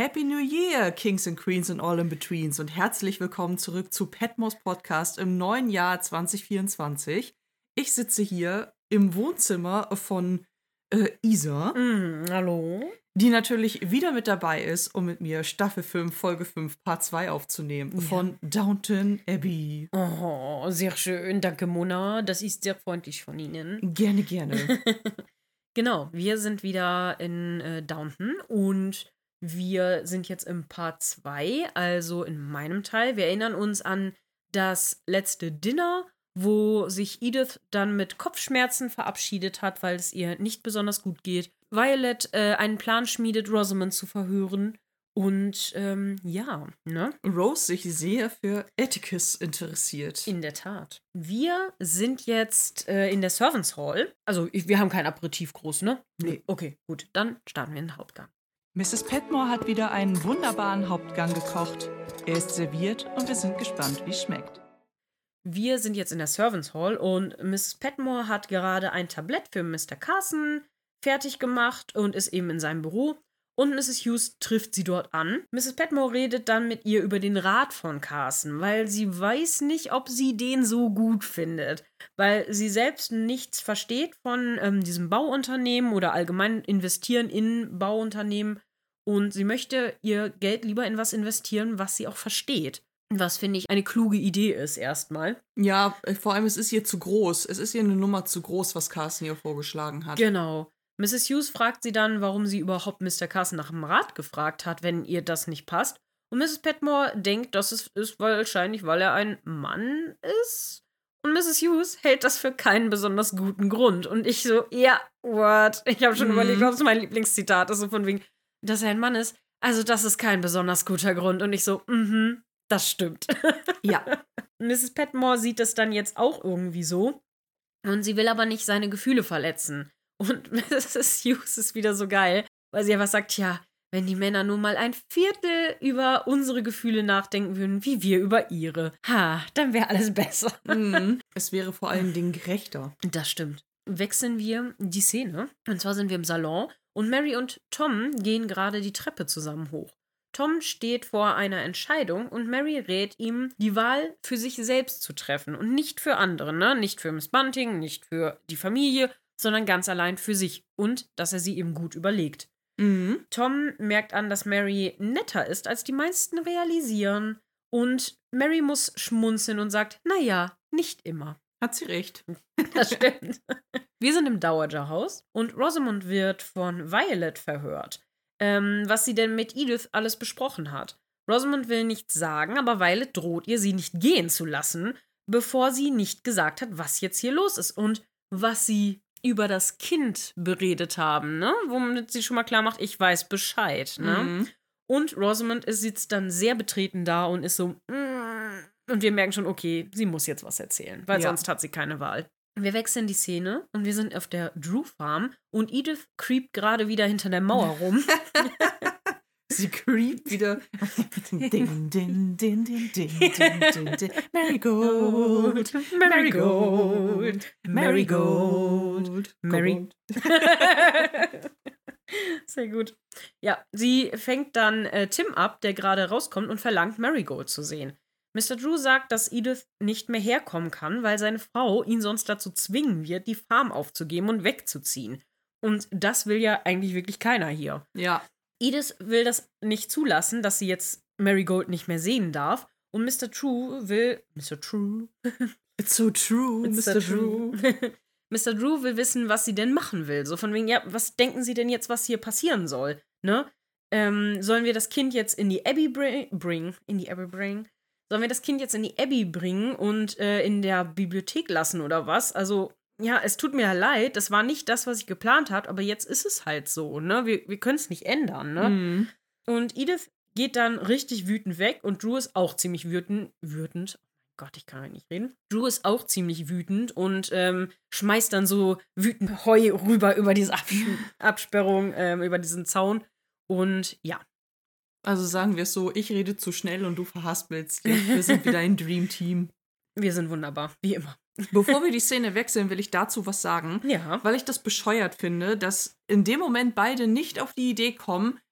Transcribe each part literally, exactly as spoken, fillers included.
Happy New Year, Kings and Queens and all in betweens und herzlich willkommen zurück zu Petmos Podcast im neuen Jahr zwanzig vierundzwanzig. Ich sitze hier im Wohnzimmer von äh, Isa, Mm, hallo? die natürlich wieder mit dabei ist, um mit mir Staffel fünf, Folge fünf, Part zwei aufzunehmen Ja. von Downton Abbey. Oh, sehr schön. Danke, Mona. Das ist sehr freundlich von Ihnen. Gerne, gerne. Genau, wir sind wieder in äh, Downton und wir sind jetzt im Part zwei, also in meinem Teil. Wir erinnern uns an das letzte Dinner, wo sich Edith dann mit Kopfschmerzen verabschiedet hat, weil es ihr nicht besonders gut geht. Violet äh, einen Plan schmiedet, Rosamund zu verhören. Und ähm, ja, ne? Rose sich sehr für Atticus interessiert. In der Tat. Wir sind jetzt äh, in der Servants Hall. Also, ich, wir haben kein Aperitif groß, ne? Nee. Okay, gut. Dann starten wir in den Hauptgang. Misses Petmore hat wieder einen wunderbaren Hauptgang gekocht. Er ist serviert und wir sind gespannt, wie es schmeckt. Wir sind jetzt in der Servants Hall und Misses Petmore hat gerade ein Tablett für Mister Carson fertig gemacht und ist eben in seinem Büro. Und Misses Hughes trifft sie dort an. Misses Petmore redet dann mit ihr über den Rat von Carson, weil sie weiß nicht, ob sie den so gut findet. Weil sie selbst nichts versteht von ähm, diesem Bauunternehmen oder allgemein investieren in Bauunternehmen. Und sie möchte ihr Geld lieber in was investieren, was sie auch versteht. Was, finde ich, eine kluge Idee ist erstmal. Ja, vor allem, es ist ihr zu groß. Es ist ihr eine Nummer zu groß, was Carson ihr vorgeschlagen hat. Genau. Misses Hughes fragt sie dann, warum sie überhaupt Mister Carson nach dem Rat gefragt hat, wenn ihr das nicht passt. Und Misses Petmore denkt, dass es ist wahrscheinlich, weil er ein Mann ist. Und Misses Hughes hält das für keinen besonders guten Grund. Und ich so, ja, what? Ich habe schon Mhm. überlegt, ob es mein Lieblingszitat ist, so von wegen, dass er ein Mann ist. Also das ist kein besonders guter Grund. Und ich so, mhm, das stimmt. Ja. Misses Petmore sieht es dann jetzt auch irgendwie so. Und sie will aber nicht seine Gefühle verletzen. Und Misses Hughes ist wieder so geil, weil sie einfach sagt, ja, wenn die Männer nur mal ein Viertel über unsere Gefühle nachdenken würden, wie wir über ihre, ha, dann wäre alles besser. Mhm. Es wäre vor allen Dingen gerechter. Das stimmt. Wechseln wir die Szene. Und zwar sind wir im Salon und Mary und Tom gehen gerade die Treppe zusammen hoch. Tom steht vor einer Entscheidung und Mary rät ihm, die Wahl für sich selbst zu treffen und nicht für andere, ne? Nicht für Miss Bunting, nicht für die Familie, sondern ganz allein für sich und dass er sie eben gut überlegt. Mhm. Tom merkt an, dass Mary netter ist, als die meisten realisieren und Mary muss schmunzeln und sagt, naja, nicht immer. Hat sie recht. Das stimmt. Wir sind im Dowager-Haus und Rosamund wird von Violet verhört, ähm, was sie denn mit Edith alles besprochen hat. Rosamund will nichts sagen, aber Violet droht ihr, sie nicht gehen zu lassen, bevor sie nicht gesagt hat, was jetzt hier los ist und was sie über das Kind beredet haben, ne? Womit sie schon mal klar macht, ich weiß Bescheid, ne? Mhm. Und Rosamund ist, sitzt dann sehr betreten da und ist so, mm, und wir merken schon, okay, sie muss jetzt was erzählen, weil Ja. sonst hat sie keine Wahl. Wir wechseln die Szene und wir sind auf der Drew Farm und Edith creept gerade wieder hinter der Mauer rum. Sie creept wieder. Din, din, din, din, din, din, din. Marigold, Marigold, Marigold, Mary. Sehr gut. Ja, sie fängt dann äh, Tim ab, der gerade rauskommt und verlangt, Marigold zu sehen. Mister Drew sagt, dass Edith nicht mehr herkommen kann, weil seine Frau ihn sonst dazu zwingen wird, die Farm aufzugeben und wegzuziehen. Und das will ja eigentlich wirklich keiner hier. Ja. Edith will das nicht zulassen, dass sie jetzt Marigold nicht mehr sehen darf. Und Mister True will. Mister True? It's so true, Mister Drew. Mister Drew will wissen, was sie denn machen will. So von wegen, ja, was denken Sie denn jetzt, was hier passieren soll? Ne? Ähm, sollen wir das Kind jetzt in die Abbey bring, bring? In die Abbey bringen? Sollen wir das Kind jetzt in die Abbey bringen und äh, in der Bibliothek lassen oder was? Also, ja, es tut mir ja leid, das war nicht das, was ich geplant habe, aber jetzt ist es halt so, ne? Wir, wir können es nicht ändern, ne? Mhm. Und Edith geht dann richtig wütend weg und Drew ist auch ziemlich wütend. Wütend? Oh Gott, ich kann halt nicht reden. Drew ist auch ziemlich wütend und ähm, schmeißt dann so wütend Heu rüber über diese Abs- Absperrung, ähm, über diesen Zaun. Und ja. Also sagen wir es so, ich rede zu schnell und du verhaspelst. Ja, wir sind wieder ein Dream Team. Wir sind wunderbar, wie immer. Bevor wir die Szene wechseln, will ich dazu was sagen. Ja. Weil ich das bescheuert finde, dass in dem Moment beide nicht auf die Idee kommen,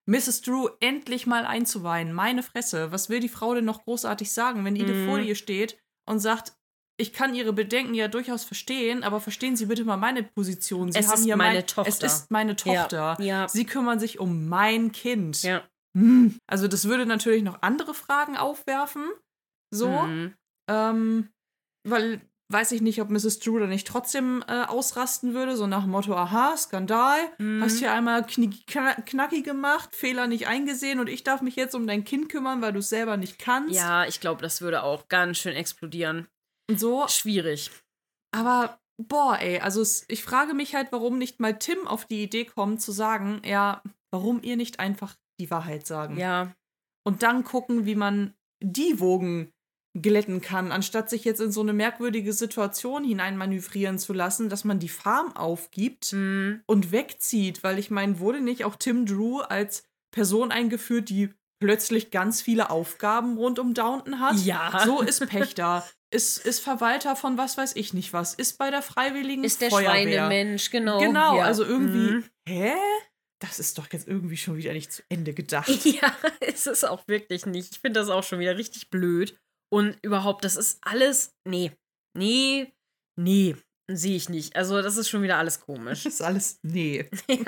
Misses Drew endlich mal einzuweihen. Meine Fresse, was will die Frau denn noch großartig sagen, wenn Edith Mhm. vor ihr steht und sagt, ich kann Ihre Bedenken ja durchaus verstehen, aber verstehen Sie bitte mal meine Position. Sie Es haben ist hier meine mein, Tochter. Es ist meine Tochter. Ja, ja. Sie kümmern sich um mein Kind. Ja. Hm. Also das würde natürlich noch andere Fragen aufwerfen. So. Mhm. Ähm, weil, weiß ich nicht, ob Misses Drew da nicht trotzdem äh, ausrasten würde, so nach dem Motto, aha, Skandal, Mhm. hast hier einmal knick, kna- knacki gemacht, Fehler nicht eingesehen und ich darf mich jetzt um dein Kind kümmern, weil du es selber nicht kannst. Ja, ich glaube, das würde auch ganz schön explodieren. Und so. Schwierig. Aber, boah, ey, also es, ich frage mich halt, warum nicht mal Tim auf die Idee kommt, zu sagen, ja, warum ihr nicht einfach die Wahrheit sagen. Ja. Und dann gucken, wie man die Wogen glätten kann, anstatt sich jetzt in so eine merkwürdige Situation hineinmanövrieren zu lassen, dass man die Farm aufgibt Mhm. und wegzieht. Weil ich meine, wurde nicht auch Tim Drew als Person eingeführt, die plötzlich ganz viele Aufgaben rund um Downton hat? Ja. So ist Pächter, ist, ist Verwalter von was weiß ich nicht was, ist bei der Freiwilligen Ist der Feuerwehr. Schweinemensch, genau. Genau, ja. also irgendwie, Mhm. hä? Das ist doch jetzt irgendwie schon wieder nicht zu Ende gedacht. Ja, ist es auch wirklich nicht. Ich finde das auch schon wieder richtig blöd. Und überhaupt, das ist alles. Nee. Nee. Nee. Sehe ich nicht. Also, das ist schon wieder alles komisch. Das ist alles, nee.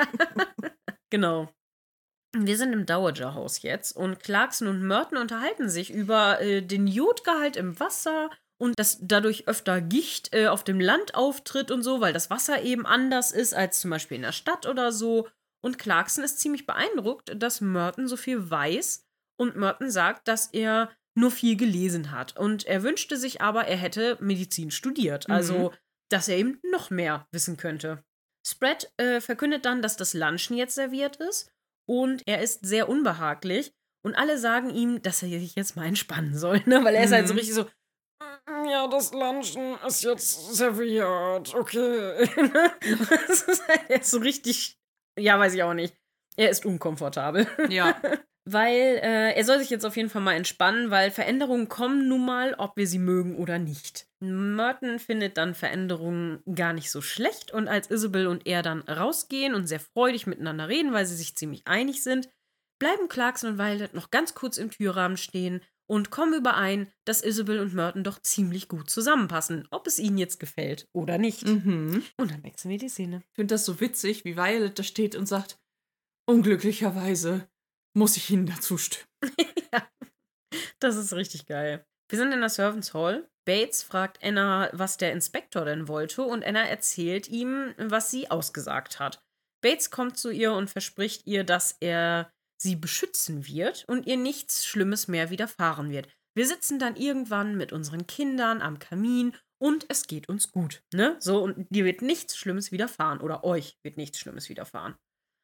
Genau. Wir sind im Dowager-Haus jetzt und Clarkson und Merton unterhalten sich über äh, den Jodgehalt im Wasser und dass dadurch öfter Gicht äh, auf dem Land auftritt und so, weil das Wasser eben anders ist als zum Beispiel in der Stadt oder so. Und Clarkson ist ziemlich beeindruckt, dass Merton so viel weiß und Merton sagt, dass er nur viel gelesen hat. Und er wünschte sich aber, er hätte Medizin studiert, Mhm. also dass er eben noch mehr wissen könnte. Spread äh, verkündet dann, dass das Lunchen jetzt serviert ist. Und er ist sehr unbehaglich. Und alle sagen ihm, dass er sich jetzt mal entspannen soll. Ne? Weil er ist halt so Mhm. richtig so, "Mm, ja, das Lunchen ist jetzt serviert, okay." Das ist halt, er ist so richtig, ja, weiß ich auch nicht. Er ist unkomfortabel. Ja. Weil äh, er soll sich jetzt auf jeden Fall mal entspannen, weil Veränderungen kommen nun mal, ob wir sie mögen oder nicht. Merton findet dann Veränderungen gar nicht so schlecht und als Isabel und er dann rausgehen und sehr freudig miteinander reden, weil sie sich ziemlich einig sind, bleiben Clarkson und Violet noch ganz kurz im Türrahmen stehen und kommen überein, dass Isabel und Merton doch ziemlich gut zusammenpassen, ob es ihnen jetzt gefällt oder nicht. Mhm. Und dann wechseln wir die Szene. Ich finde das so witzig, wie Violet da steht und sagt, unglücklicherweise muss ich Ihnen dazu stimmen. Ja, das ist richtig geil. Wir sind in der Servants Hall. Bates fragt Anna, was der Inspektor denn wollte, und Anna erzählt ihm, was sie ausgesagt hat. Bates kommt zu ihr und verspricht ihr, dass er sie beschützen wird und ihr nichts Schlimmes mehr widerfahren wird. Wir sitzen dann irgendwann mit unseren Kindern am Kamin und es geht uns gut. Ne? So, und dir wird nichts Schlimmes widerfahren oder euch wird nichts Schlimmes widerfahren.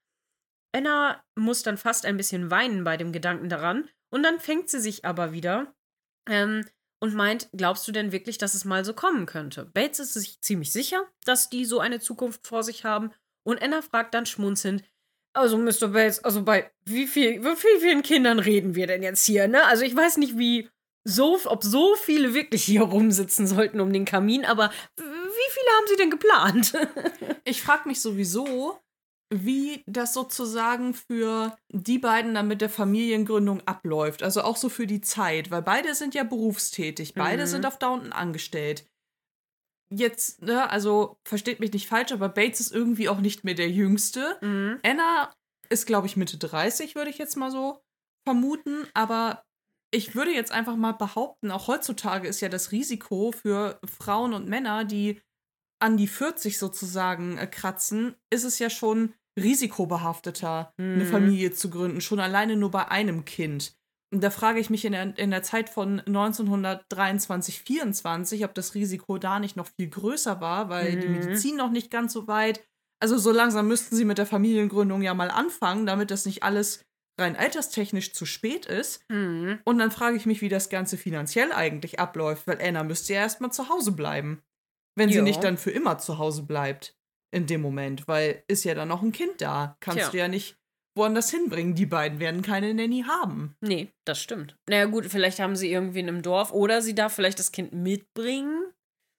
Anna muss dann fast ein bisschen weinen bei dem Gedanken daran und dann fängt sie sich aber wieder ähm, und meint, glaubst du denn wirklich, dass es mal so kommen könnte? Bates ist sich ziemlich sicher, dass die so eine Zukunft vor sich haben und Anna fragt dann schmunzelnd, also Mister Bates, also bei wie, viel, wie vielen Kindern reden wir denn jetzt hier, ne? Also ich weiß nicht, wie so, ob so viele wirklich hier rumsitzen sollten um den Kamin, aber wie viele haben sie denn geplant? Ich frage mich sowieso, wie das sozusagen für die beiden dann mit der Familiengründung abläuft. Also auch so für die Zeit, weil beide sind ja berufstätig, beide Mhm. sind auf Downton angestellt. Jetzt, ne, also versteht mich nicht falsch, aber Bates ist irgendwie auch nicht mehr der Jüngste. Mhm. Anna ist, glaube ich, Mitte dreißig, würde ich jetzt mal so vermuten. Aber ich würde jetzt einfach mal behaupten, auch heutzutage ist ja das Risiko für Frauen und Männer, die an die vierzig sozusagen äh, kratzen, ist es ja schon risikobehafteter, eine Mhm. Familie zu gründen, schon alleine nur bei einem Kind. Und da frage ich mich in der, in der Zeit von neunzehnhundertdreiundzwanzig, vierundzwanzig, ob das Risiko da nicht noch viel größer war, weil die Mhm. Medizin noch nicht ganz so weit. Also so langsam müssten sie mit der Familiengründung ja mal anfangen, damit das nicht alles rein alterstechnisch zu spät ist. Mhm. Und dann frage ich mich, wie das Ganze finanziell eigentlich abläuft, weil Anna müsste ja erstmal zu Hause bleiben. Wenn sie Ja. nicht dann für immer zu Hause bleibt in dem Moment, weil ist ja dann noch ein Kind da. Kannst Tja. du ja nicht woanders hinbringen. Die beiden werden keine Nanny haben. Nee, das stimmt. Naja, gut, vielleicht haben sie irgendwen im Dorf oder sie darf vielleicht das Kind mitbringen.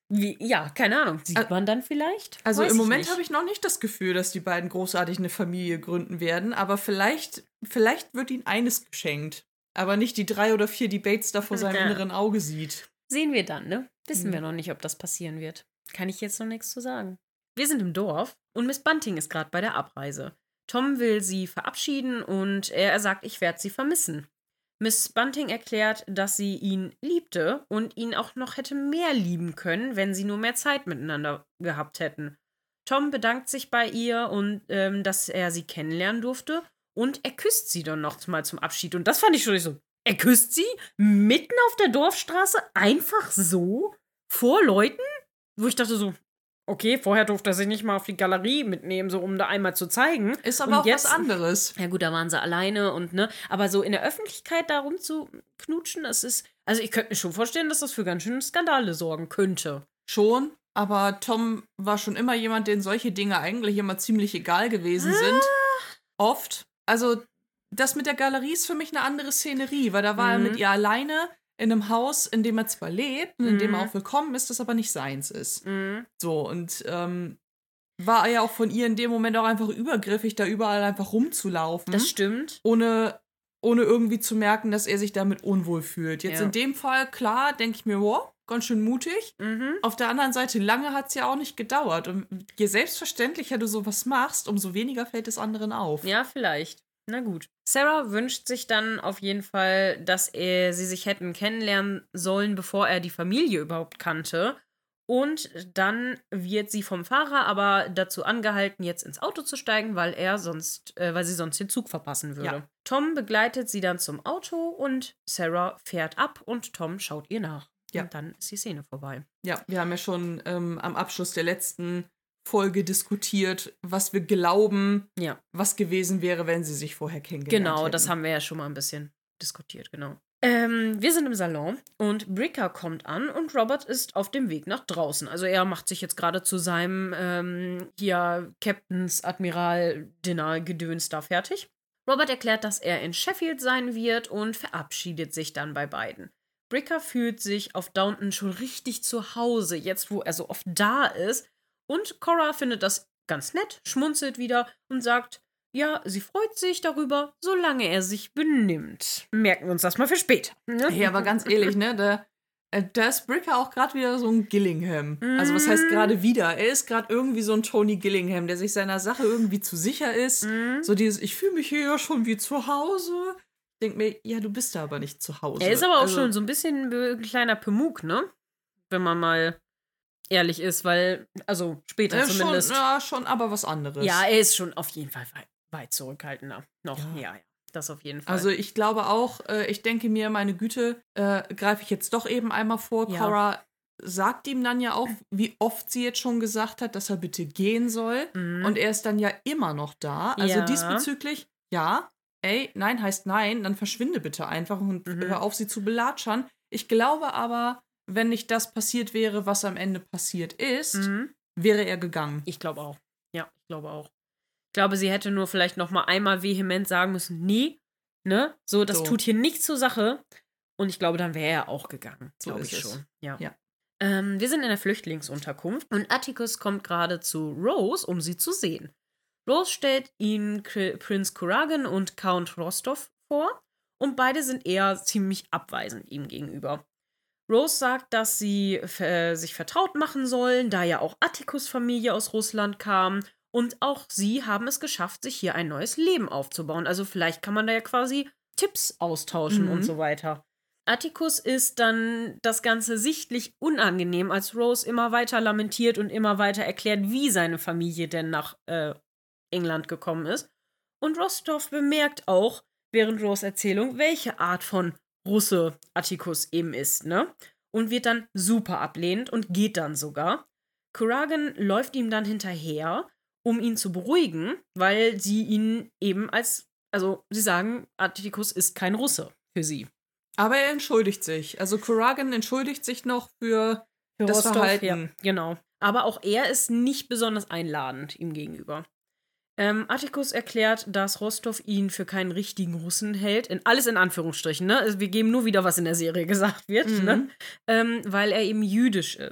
Wie, ja, keine Ahnung. Sieht Ä- man dann vielleicht? Also Weiß im ich Moment nicht. habe ich noch nicht das Gefühl, dass die beiden großartig eine Familie gründen werden, aber vielleicht, vielleicht wird ihnen eines geschenkt. Aber nicht die drei oder vier, die Bates da vor seinem Ja. inneren Auge sieht. Sehen wir dann, ne? Wissen Mhm. wir noch nicht, ob das passieren wird. Kann ich jetzt noch nichts zu sagen. Wir sind im Dorf und Miss Bunting ist gerade bei der Abreise. Tom will sie verabschieden und er sagt, ich werde sie vermissen. Miss Bunting erklärt, dass sie ihn liebte und ihn auch noch hätte mehr lieben können, wenn sie nur mehr Zeit miteinander gehabt hätten. Tom bedankt sich bei ihr und ähm, dass er sie kennenlernen durfte und er küsst sie dann noch mal zum Abschied. Und das fand ich schon so. Er küsst sie mitten auf der Dorfstraße einfach so vor Leuten, wo ich dachte so, okay, vorher durfte er sich nicht mal auf die Galerie mitnehmen, so um da einmal zu zeigen. Ist aber Und auch jetzt, was anderes. ja gut, da waren sie alleine und ne, aber so in der Öffentlichkeit da rumzuknutschen, das ist, also ich könnte mir schon vorstellen, dass das für ganz schön Skandale sorgen könnte. Schon, aber Tom war schon immer jemand, dem solche Dinge eigentlich immer ziemlich egal gewesen Ah. sind. Oft. Also das mit der Galerie ist für mich eine andere Szenerie, weil da war er Mhm. mit ihr alleine in einem Haus, in dem er zwar lebt und in dem er Mhm. auch willkommen ist, das aber nicht seins ist. Mhm. So, und ähm, war er ja auch von ihr in dem Moment auch einfach übergriffig, da überall einfach rumzulaufen. Das stimmt. ohne, ohne irgendwie zu merken, dass er sich damit unwohl fühlt. Jetzt Ja. in dem Fall, klar, denke ich mir, wow, ganz schön mutig. Mhm. Auf der anderen Seite, lange hat es ja auch nicht gedauert. Und je selbstverständlicher du sowas machst, umso weniger fällt es anderen auf. Ja, vielleicht. Na gut. Sarah wünscht sich dann auf jeden Fall, dass er, sie sich hätten kennenlernen sollen, bevor er die Familie überhaupt kannte. Und dann wird sie vom Fahrer aber dazu angehalten, jetzt ins Auto zu steigen, weil er sonst, äh, weil sie sonst den Zug verpassen würde. Ja. Tom begleitet sie dann zum Auto und Sarah fährt ab und Tom schaut ihr nach. Ja. Und dann ist die Szene vorbei. Ja, wir haben ja schon ähm, am Abschluss der letzten Folge diskutiert, was wir glauben, Ja. was gewesen wäre, wenn sie sich vorher kennengelernt Genau, hätten. das haben wir ja schon mal ein bisschen diskutiert, genau. Ähm, wir sind im Salon und Bricker kommt an und Robert ist auf dem Weg nach draußen. Also er macht sich jetzt gerade zu seinem ähm, hier Captain's Admiral Dinner Gedöns da fertig. Robert erklärt, dass er in Sheffield sein wird und verabschiedet sich dann bei beiden. Bricker fühlt sich auf Downton schon richtig zu Hause, jetzt wo er so oft da ist. Und Cora findet das ganz nett, schmunzelt wieder und sagt, ja, sie freut sich darüber, solange er sich benimmt. Merken wir uns das mal für später. Ne? Ja, aber ganz ehrlich, ne, da, äh, da ist Bricker auch gerade wieder so ein Gillingham. Also was heißt gerade wieder? Er ist gerade irgendwie so ein Tony Gillingham, der sich seiner Sache irgendwie zu sicher ist. Mhm. So dieses, ich fühle mich hier ja schon wie zu Hause. Ich denke mir, ja, du bist da aber nicht zu Hause. Er ist aber auch also, schon so ein bisschen ein kleiner Pemuk, ne? Wenn man mal ehrlich ist, weil, also später äh, schon, zumindest. ja, schon aber was anderes. Ja, er ist schon auf jeden Fall weit, weit zurückhaltender. Noch, Ja. ja, ja. Das auf jeden Fall. Also ich glaube auch, äh, ich denke mir, meine Güte, äh, greife ich jetzt doch eben einmal vor. Ja. Cora sagt ihm dann ja auch, wie oft sie jetzt schon gesagt hat, dass er bitte gehen soll. Mhm. Und er ist dann ja immer noch da. Also Ja. diesbezüglich, ja, ey, nein heißt nein, dann verschwinde bitte einfach und Mhm. hör auf, sie zu belatschern. Ich glaube aber, wenn nicht das passiert wäre, was am Ende passiert ist, Mhm. wäre er gegangen. Ich glaube auch. Ja, ich glaube auch. Ich glaube, sie hätte nur vielleicht noch mal einmal vehement sagen müssen, nee, ne? So, das So. tut hier nichts zur Sache. Und ich glaube, dann wäre er auch gegangen. So Glaube ist ich es. schon. Ja. Ja. Ähm, wir sind in der Flüchtlingsunterkunft und Atticus kommt gerade zu Rose, um sie zu sehen. Rose stellt ihnen K- Prinz Kuragan und Count Rostov vor und beide sind eher ziemlich abweisend ihm gegenüber. Rose sagt, dass sie äh, sich vertraut machen sollen, da ja auch Atticus' Familie aus Russland kam und auch sie haben es geschafft, sich hier ein neues Leben aufzubauen. Also vielleicht kann man da ja quasi Tipps austauschen Mhm. und so weiter. Atticus ist dann das Ganze sichtlich unangenehm, als Rose immer weiter lamentiert und immer weiter erklärt, wie seine Familie denn nach äh, England gekommen ist. Und Rostov bemerkt auch während Rose Erzählung, welche Art von Russe Atticus eben ist, ne? Und wird dann super ablehnend und geht dann sogar. Kuragan läuft ihm dann hinterher, um ihn zu beruhigen, weil sie ihn eben als, also sie sagen, Atticus ist kein Russe für sie. Aber er entschuldigt sich. Also Kuragan entschuldigt sich noch für, Für das Rostov, Verhalten. ja, genau. Aber auch er ist nicht besonders einladend ihm gegenüber. Ähm, Atticus erklärt, dass Rostov ihn für keinen richtigen Russen hält. In, alles in Anführungsstrichen, ne? Also wir geben nur wieder, was in der Serie gesagt wird, Mhm. ne? Ähm, weil er eben jüdisch ist.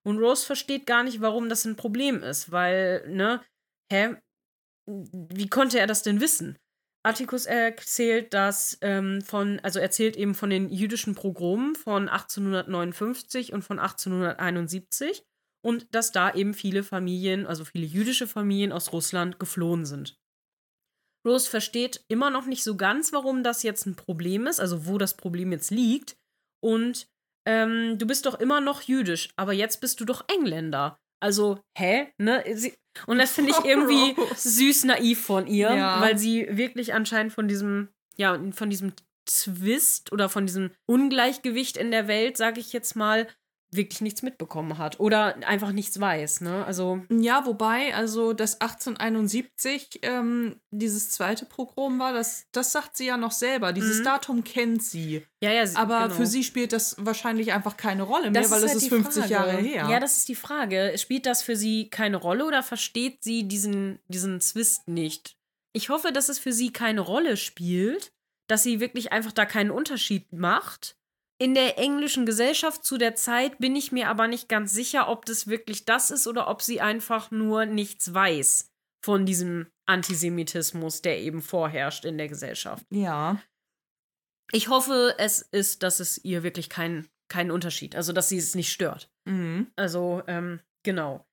Und Rose versteht gar nicht, warum das ein Problem ist, weil, ne, hä, wie konnte er das denn wissen? Atticus erzählt das ähm, von, also erzählt eben von den jüdischen Pogromen von achtzehnhundertneunundfünfzig und von achtzehnhunderteinundsiebzig und dass da eben viele Familien, also viele jüdische Familien aus Russland geflohen sind. Rose versteht immer noch nicht so ganz, warum das jetzt ein Problem ist, also wo das Problem jetzt liegt. Und ähm, du bist doch immer noch jüdisch, aber jetzt bist du doch Engländer. Also, hä? Ne? Sie, und das finde ich irgendwie süß naiv von ihr, ja. Weil sie wirklich anscheinend von diesem, ja, von diesem Twist oder von diesem Ungleichgewicht in der Welt, sage ich jetzt mal, wirklich nichts mitbekommen hat oder einfach nichts weiß, ne? Also ja, wobei, also das achtzehnhunderteinundsiebzig ähm, dieses zweite Pogrom war, das, das sagt sie ja noch selber. Dieses mhm. Datum kennt sie. Ja, ja, sie, aber genau. für sie spielt das wahrscheinlich einfach keine Rolle mehr, das weil es halt ist fünfzig Frage. Jahre her. Ja, das ist die Frage. Spielt das für sie keine Rolle oder versteht sie diesen, diesen Twist nicht? Ich hoffe, dass es für sie keine Rolle spielt, dass sie wirklich einfach da keinen Unterschied macht. In der englischen Gesellschaft zu der Zeit bin ich mir aber nicht ganz sicher, ob das wirklich das ist oder ob sie einfach nur nichts weiß von diesem Antisemitismus, der eben vorherrscht in der Gesellschaft. Ja. Ich hoffe, es ist, dass es ihr wirklich keinen keinen Unterschied, also dass sie es nicht stört. Mhm. Also, ähm, genau.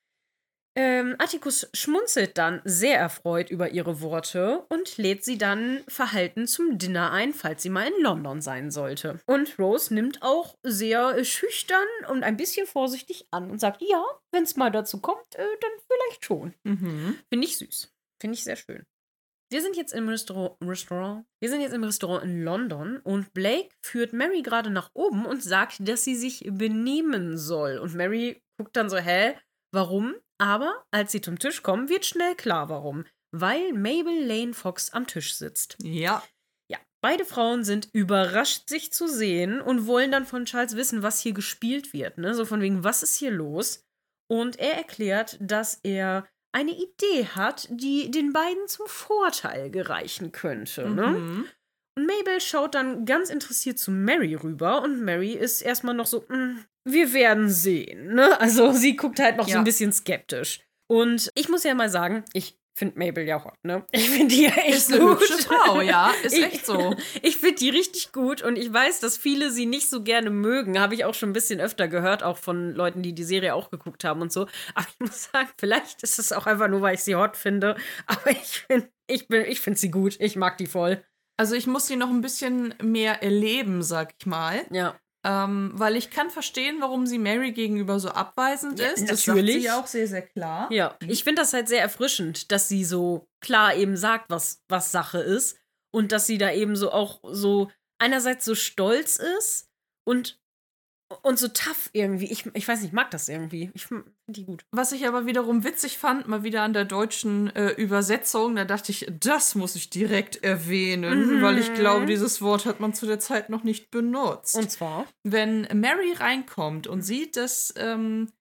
Ähm, Atticus schmunzelt dann sehr erfreut über ihre Worte und lädt sie dann verhalten zum Dinner ein, falls sie mal in London sein sollte. Und Rose nimmt auch sehr schüchtern und ein bisschen vorsichtig an und sagt, ja, wenn es mal dazu kommt, äh, dann vielleicht schon. Mhm. Finde ich süß. Finde ich sehr schön. Wir sind jetzt im Restaurant, Restaurant. Wir sind jetzt im Restaurant in London und Blake führt Mary gerade nach oben und sagt, dass sie sich benehmen soll. Und Mary guckt dann so, hä, warum? Aber als sie zum Tisch kommen, wird schnell klar, warum. Weil Mabel Lane Fox am Tisch sitzt. Ja. Ja, beide Frauen sind überrascht, sich zu sehen und wollen dann von Charles wissen, was hier gespielt wird. Ne? So von wegen, was ist hier los? Und er erklärt, dass er eine Idee hat, die den beiden zum Vorteil gereichen könnte. Mhm. Ne? Und Mabel schaut dann ganz interessiert zu Mary rüber und Mary ist erstmal noch so, wir werden sehen, ne? Also sie guckt halt noch ja. so ein bisschen skeptisch. Und ich muss ja mal sagen, ich finde Mabel ja hot, ne? Ich finde die ja echt ist eine gut. Hübsche Frau, ja, ist ich, echt so. Ich finde die richtig gut und ich weiß, dass viele sie nicht so gerne mögen. Habe ich auch schon ein bisschen öfter gehört, auch von Leuten, die die Serie auch geguckt haben und so. Aber ich muss sagen, vielleicht ist es auch einfach nur, weil ich sie hot finde. Aber ich finde ich bin, ich find sie gut. Ich mag die voll. Also ich muss sie noch ein bisschen mehr erleben, sag ich mal. Ja. Ähm, weil ich kann verstehen, warum sie Mary gegenüber so abweisend ja, ist. Das natürlich. sagt sie ja auch sehr, sehr klar. Ja, ich finde das halt sehr erfrischend, dass sie so klar eben sagt, was, was Sache ist. Und dass sie da eben so auch so einerseits so stolz ist und, und so tough irgendwie. Ich, ich weiß nicht, ich mag das irgendwie. Ich finde die gut. Was ich aber wiederum witzig fand, mal wieder an der deutschen äh, Übersetzung, da dachte ich, das muss ich direkt erwähnen, mhm. weil ich glaube, dieses Wort hat man zu der Zeit noch nicht benutzt. Und zwar? Wenn Mary reinkommt und sieht, dass ähm,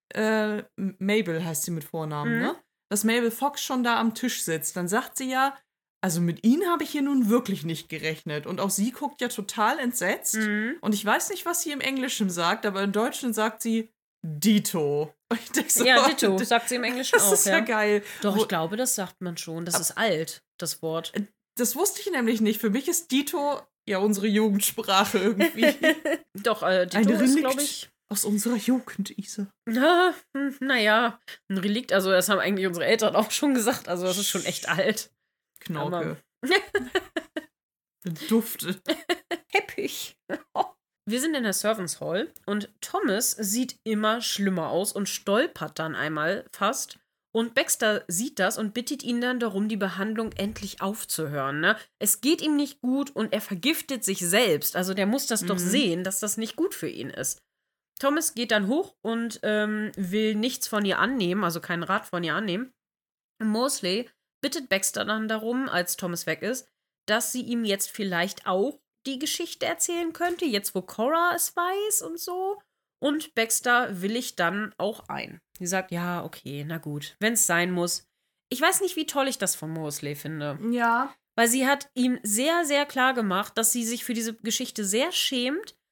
äh, Mabel heißt sie mit Vornamen, mhm. ne? Dass Mabel Fox schon da am Tisch sitzt, dann sagt sie ja, also mit ihnen habe ich hier nun wirklich nicht gerechnet. Und auch sie guckt ja total entsetzt. Mhm. Und ich weiß nicht, was sie im Englischen sagt, aber im Deutschen sagt sie Dito. So, ja, Ditto, sagt sie im Englischen das auch. Das ist ja, ja geil. Doch, ich glaube, das sagt man schon. Das Ab, ist alt, das Wort. Das wusste ich nämlich nicht. Für mich ist Dito ja unsere Jugendsprache irgendwie. Doch, äh, Dito ein ist, glaube ich... aus unserer Jugend, Isa. Na, naja, ein Relikt. Also das haben eigentlich unsere Eltern auch schon gesagt. Also das ist schon echt alt. Knorke. Dufte. Heppig. Wir sind in der Servants Hall und Thomas sieht immer schlimmer aus und stolpert dann einmal fast. Und Baxter sieht das und bittet ihn dann darum, die Behandlung endlich aufzuhören. Ne? Es geht ihm nicht gut und er vergiftet sich selbst. Also der muss das mhm. doch sehen, dass das nicht gut für ihn ist. Thomas geht dann hoch und ähm, will nichts von ihr annehmen, also keinen Rat von ihr annehmen. Mosley bittet Baxter dann darum, als Thomas weg ist, dass sie ihm jetzt vielleicht auch die Geschichte erzählen könnte, jetzt wo Cora es weiß und so. Und Baxter willigt dann auch ein. Sie sagt, ja, okay, na gut, wenn es sein muss. Ich weiß nicht, wie toll ich das von Mosley finde. Ja. Weil sie hat ihm sehr, sehr klar gemacht, dass sie sich für diese Geschichte sehr schämt.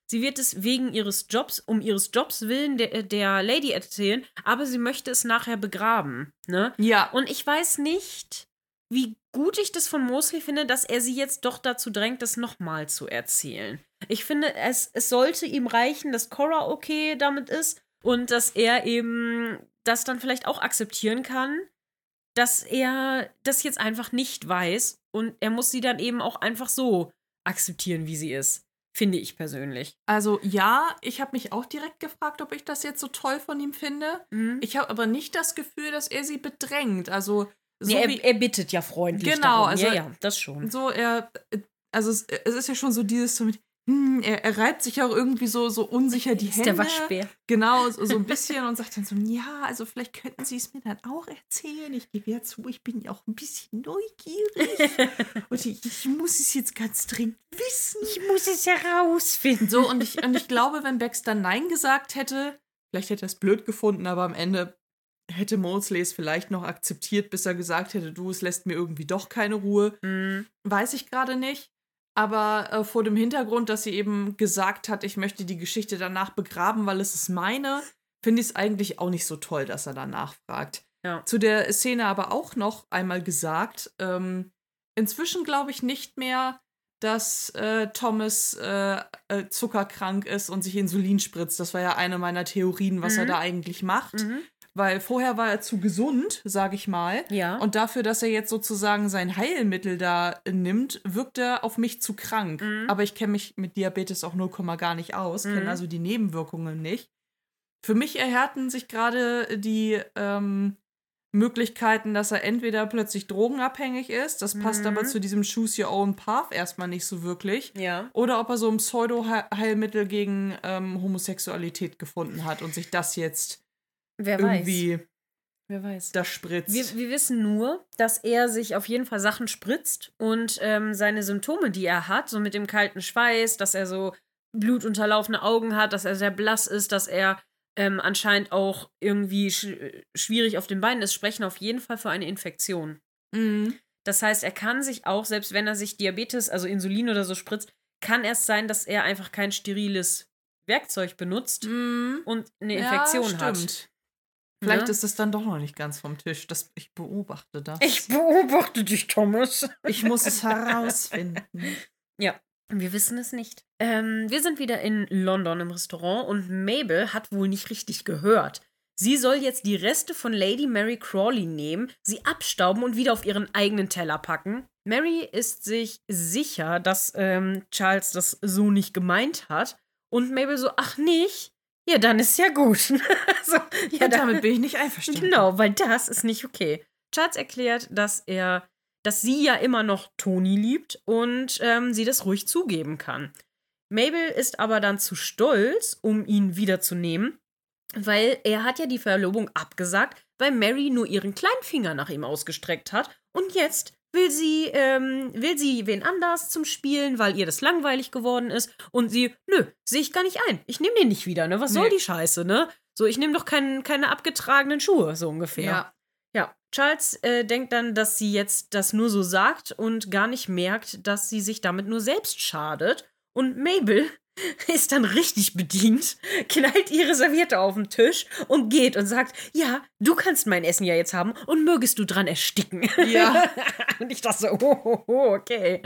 Sie wird es wegen ihres Jobs, um ihres Jobs willen der, der Lady erzählen, aber sie möchte es nachher begraben, ne? Ja. Und ich weiß nicht, wie gut ich das von Mosley finde, dass er sie jetzt doch dazu drängt, das nochmal zu erzählen. Ich finde, es, es sollte ihm reichen, dass Cora okay damit ist und dass er eben das dann vielleicht auch akzeptieren kann, dass er das jetzt einfach nicht weiß und er muss sie dann eben auch einfach so akzeptieren, wie sie ist. Finde ich persönlich. Also ja, ich habe mich auch direkt gefragt, ob ich das jetzt so toll von ihm finde. Mhm. Ich habe aber nicht das Gefühl, dass er sie bedrängt. Also so nee, er, wie, er bittet ja freundlich genau, darum. Also, ja, ja, das schon. So, er, also es, es ist ja schon so dieses so mit, hm, er, er reibt sich auch irgendwie so, so unsicher die ist Hände. Der Waschbär. Genau, so, so ein bisschen und sagt dann so, ja, also vielleicht könnten Sie es mir dann auch erzählen. Ich gebe ja zu, ich bin ja auch ein bisschen neugierig. Und ich, ich muss es jetzt ganz dringend wissen. Ich muss es herausfinden. So, und ich, und ich glaube, wenn Baxter Nein gesagt hätte, vielleicht hätte er es blöd gefunden, aber am Ende hätte Mosley es vielleicht noch akzeptiert, bis er gesagt hätte, du, es lässt mir irgendwie doch keine Ruhe. Mhm. Weiß ich gerade nicht. Aber äh, vor dem Hintergrund, dass sie eben gesagt hat, ich möchte die Geschichte danach begraben, weil es ist meine, finde ich es eigentlich auch nicht so toll, dass er danach fragt. Ja. Zu der Szene aber auch noch einmal gesagt, ähm, inzwischen glaube ich nicht mehr, dass äh, Thomas äh, äh, zuckerkrank ist und sich Insulin spritzt. Das war ja eine meiner Theorien, was mhm. er da eigentlich macht. Mhm. Weil vorher war er zu gesund, sag ich mal. Ja. Und dafür, dass er jetzt sozusagen sein Heilmittel da nimmt, wirkt er auf mich zu krank. Mhm. Aber ich kenne mich mit Diabetes auch null Komma gar nicht aus, Mhm. kenne also die Nebenwirkungen nicht. Für mich erhärten sich gerade die ähm, Möglichkeiten, dass er entweder plötzlich drogenabhängig ist, das passt mhm. aber zu diesem Choose Your Own Path erstmal nicht so wirklich. Ja. Oder ob er so ein Pseudo-Heilmittel gegen ähm, Homosexualität gefunden hat und sich das jetzt Wer irgendwie weiß. Wer weiß. das spritzt. Wir, wir wissen nur, dass er sich auf jeden Fall Sachen spritzt und ähm, seine Symptome, die er hat, so mit dem kalten Schweiß, dass er so blutunterlaufene Augen hat, dass er sehr blass ist, dass er ähm, anscheinend auch irgendwie sch- schwierig auf den Beinen ist, sprechen auf jeden Fall für eine Infektion. Mhm. Das heißt, er kann sich auch, selbst wenn er sich Diabetes, also Insulin oder so spritzt, kann es sein, dass er einfach kein steriles Werkzeug benutzt Mhm. und eine Infektion ja, hat. stimmt. Vielleicht Ja? ist es dann doch noch nicht ganz vom Tisch. Das, ich beobachte das. Ich beobachte dich, Thomas. Ich muss es herausfinden. Ja, wir wissen es nicht. Ähm, wir sind wieder in London im Restaurant und Mabel hat wohl nicht richtig gehört. Sie soll jetzt die Reste von Lady Mary Crawley nehmen, sie abstauben und wieder auf ihren eigenen Teller packen. Mary ist sich sicher, dass ähm, Charles das so nicht gemeint hat. Und Mabel so, ach nicht? Ja, dann ist ja gut. so, ja, Und damit bin ich nicht einverstanden. Genau, weil das ist nicht okay. Charles erklärt, dass er, dass sie ja immer noch Toni liebt und ähm, sie das ruhig zugeben kann. Mabel ist aber dann zu stolz, um ihn wiederzunehmen, weil er hat ja die Verlobung abgesagt, weil Mary nur ihren kleinen Finger nach ihm ausgestreckt hat und jetzt will sie, ähm, will sie wen anders zum Spielen, weil ihr das langweilig geworden ist. Und sie, nö, sehe ich gar nicht ein. Ich nehme den nicht wieder, ne? Was Nee. soll die Scheiße, ne? So, ich nehme doch kein, keine abgetragenen Schuhe, so ungefähr. Ja. Ja, Charles äh, denkt dann, dass sie jetzt das nur so sagt und gar nicht merkt, dass sie sich damit nur selbst schadet. Und Mabel ist dann richtig bedient, knallt ihre Serviette auf den Tisch und geht und sagt, ja, du kannst mein Essen ja jetzt haben und mögest du dran ersticken. Ja. Und ich dachte so, oh, oh, oh, okay.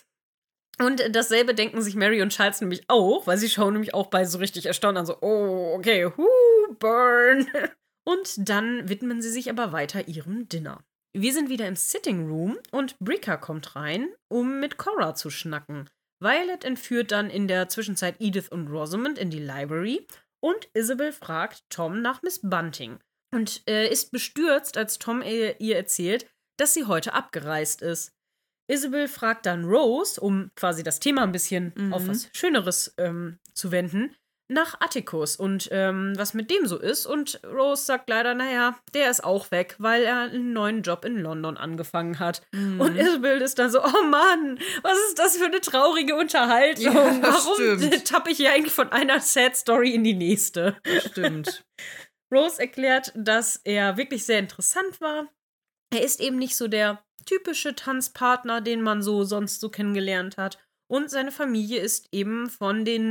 Und dasselbe denken sich Mary und Charles nämlich auch, weil sie schauen nämlich auch beide so richtig erstaunt an, so, oh, okay, whoo, burn. Und dann widmen sie sich aber weiter ihrem Dinner. Wir sind wieder im Sitting Room und Bricker kommt rein, um mit Cora zu schnacken. Violet entführt dann in der Zwischenzeit Edith und Rosamond in die Library und Isabel fragt Tom nach Miss Bunting und äh, ist bestürzt, als Tom ihr, ihr erzählt, dass sie heute abgereist ist. Isabel fragt dann Rose, um quasi das Thema ein bisschen Mhm. auf was Schöneres ähm, zu wenden, nach Atticus und ähm, was mit dem so ist. Und Rose sagt leider, naja, der ist auch weg, weil er einen neuen Job in London angefangen hat. Mhm. Und Isabel ist dann so, oh Mann, was ist das für eine traurige Unterhaltung? Ja, Warum stimmt. tappe ich hier eigentlich von einer Sad Story in die nächste? Stimmt. Rose erklärt, dass er wirklich sehr interessant war. Er ist eben nicht so der typische Tanzpartner, den man so sonst so kennengelernt hat. Und seine Familie ist eben von den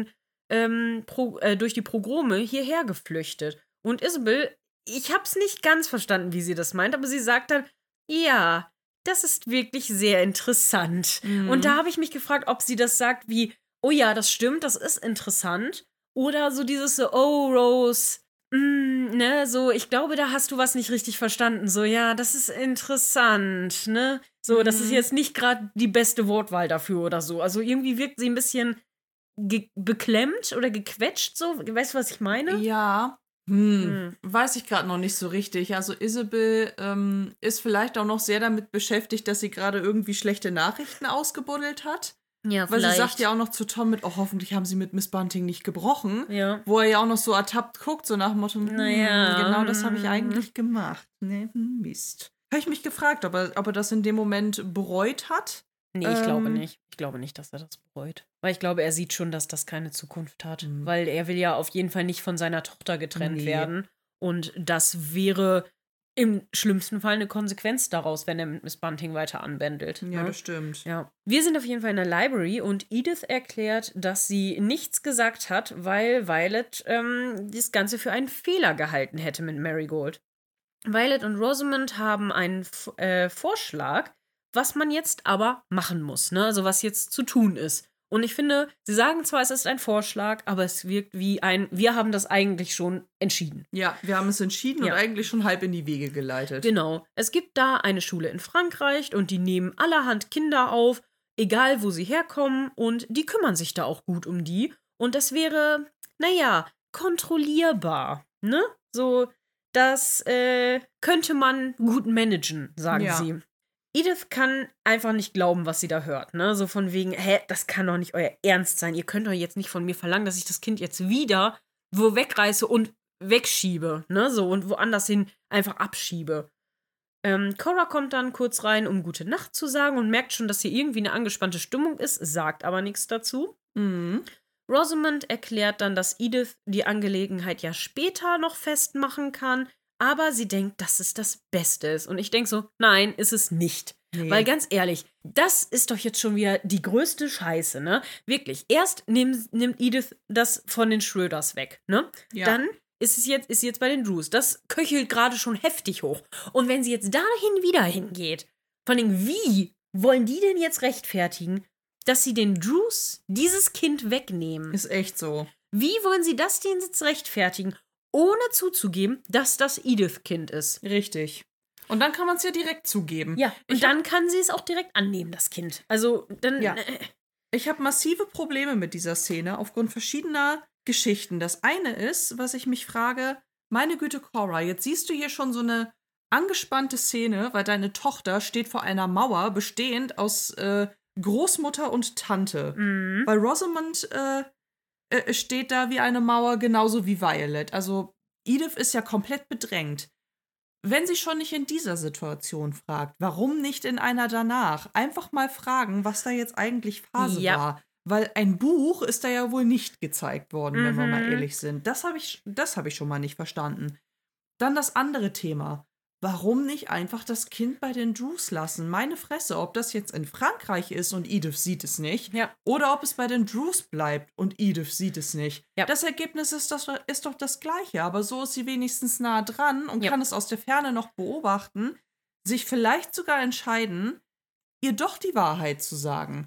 ähm, pro, äh, durch die Pogrome hierher geflüchtet. Und Isabel, ich hab's nicht ganz verstanden, wie sie das meint, aber sie sagt dann, ja, das ist wirklich sehr interessant. Mhm. Und da habe ich mich gefragt, ob sie das sagt wie, oh ja, das stimmt, das ist interessant. Oder so dieses so, oh, Rose, mm, ne, so, ich glaube, da hast du was nicht richtig verstanden. So, ja, das ist interessant, ne? So, Mhm. das ist jetzt nicht gerade die beste Wortwahl dafür oder so. Also irgendwie wirkt sie ein bisschen ge- beklemmt oder gequetscht, so. Weißt du, was ich meine? Ja. Hm. Hm. Weiß ich gerade noch nicht so richtig. Also Isabel ähm, ist vielleicht auch noch sehr damit beschäftigt, dass sie gerade irgendwie schlechte Nachrichten ausgebuddelt hat. Ja, Weil vielleicht. sie sagt ja auch noch zu Tom mit, oh, hoffentlich haben sie mit Miss Bunting nicht gebrochen. Ja. Wo er ja auch noch so ertappt guckt, so nach dem Motto, hm, Naja. genau das habe ich eigentlich gemacht. Ne, Mist. Habe ich mich gefragt, ob er, ob er das in dem Moment bereut hat. Nee, ich Ähm, glaube nicht. Ich glaube nicht, dass er das bereut. Weil ich glaube, er sieht schon, dass das keine Zukunft hat. Mhm. Weil er will ja auf jeden Fall nicht von seiner Tochter getrennt Nee. werden. Und das wäre im schlimmsten Fall eine Konsequenz daraus, wenn er mit Miss Bunting weiter anbändelt. Ja, ne? das stimmt. Ja. Wir sind auf jeden Fall in der Library und Edith erklärt, dass sie nichts gesagt hat, weil Violet ähm, das Ganze für einen Fehler gehalten hätte mit Marigold. Violet und Rosamund haben einen F- äh, Vorschlag, was man jetzt aber machen muss, ne? Also was jetzt zu tun ist. Und ich finde, sie sagen zwar, es ist ein Vorschlag, aber es wirkt wie ein, wir haben das eigentlich schon entschieden. Ja, wir haben es entschieden Ja. und eigentlich schon halb in die Wege geleitet. Genau. Es gibt da eine Schule in Frankreich und die nehmen allerhand Kinder auf, egal wo sie herkommen, und die kümmern sich da auch gut um die. Und das wäre, naja, kontrollierbar, ne? So, das äh, könnte man gut managen, sagen Ja. sie. Edith kann einfach nicht glauben, was sie da hört, ne? So von wegen, hä, das kann doch nicht euer Ernst sein. Ihr könnt doch jetzt nicht von mir verlangen, dass ich das Kind jetzt wieder wo wegreiße und wegschiebe, ne? So, und woanders hin einfach abschiebe. Ähm, Cora kommt dann kurz rein, um gute Nacht zu sagen und merkt schon, dass hier irgendwie eine angespannte Stimmung ist, sagt aber nichts dazu. Mhm. Rosamund erklärt dann, dass Edith die Angelegenheit ja später noch festmachen kann, aber sie denkt, dass es das Beste ist. Und ich denke so, nein, ist es nicht. Nee. Weil ganz ehrlich, das ist doch jetzt schon wieder die größte Scheiße, ne? Wirklich. Erst nehm, nimmt Edith das von den Schröders weg, ne? Ja. Dann ist es jetzt, ist sie jetzt bei den Drews. Das köchelt gerade schon heftig hoch. Und wenn sie jetzt dahin wieder hingeht, von dem, wie wollen die denn jetzt rechtfertigen, dass sie den Drews dieses Kind wegnehmen? Ist echt so. Wie wollen sie das denen jetzt rechtfertigen, ohne zuzugeben, dass das Edith-Kind ist? Richtig. Und dann kann man es ja direkt zugeben. Ja, und Ich dann kann sie es auch direkt annehmen, das Kind. Also, dann. Ja. Äh, Ich habe massive Probleme mit dieser Szene aufgrund verschiedener Geschichten. Das eine ist, was ich mich frage, meine Güte, Cora, jetzt siehst du hier schon so eine angespannte Szene, weil deine Tochter steht vor einer Mauer, bestehend aus äh, Großmutter und Tante. mhm. Weil Rosamund äh, äh, steht da wie eine Mauer, genauso wie Violet. Also Edith ist ja komplett bedrängt. Wenn sie schon nicht in dieser Situation fragt, warum nicht in einer danach? Einfach mal fragen, was da jetzt eigentlich Phase Ja. war. Weil ein Buch ist da ja wohl nicht gezeigt worden, wenn wir Mhm. mal ehrlich sind. Das habe ich, das hab ich schon mal nicht verstanden. Dann das andere Thema. Warum nicht einfach das Kind bei den Drews lassen? Meine Fresse, ob das jetzt in Frankreich ist und Edith sieht es nicht. Ja. Oder ob es bei den Drews bleibt und Edith sieht es nicht. Ja. Das Ergebnis ist, das, ist doch das gleiche, aber so ist sie wenigstens nah dran und Ja. kann es aus der Ferne noch beobachten, sich vielleicht sogar entscheiden, ihr doch die Wahrheit zu sagen.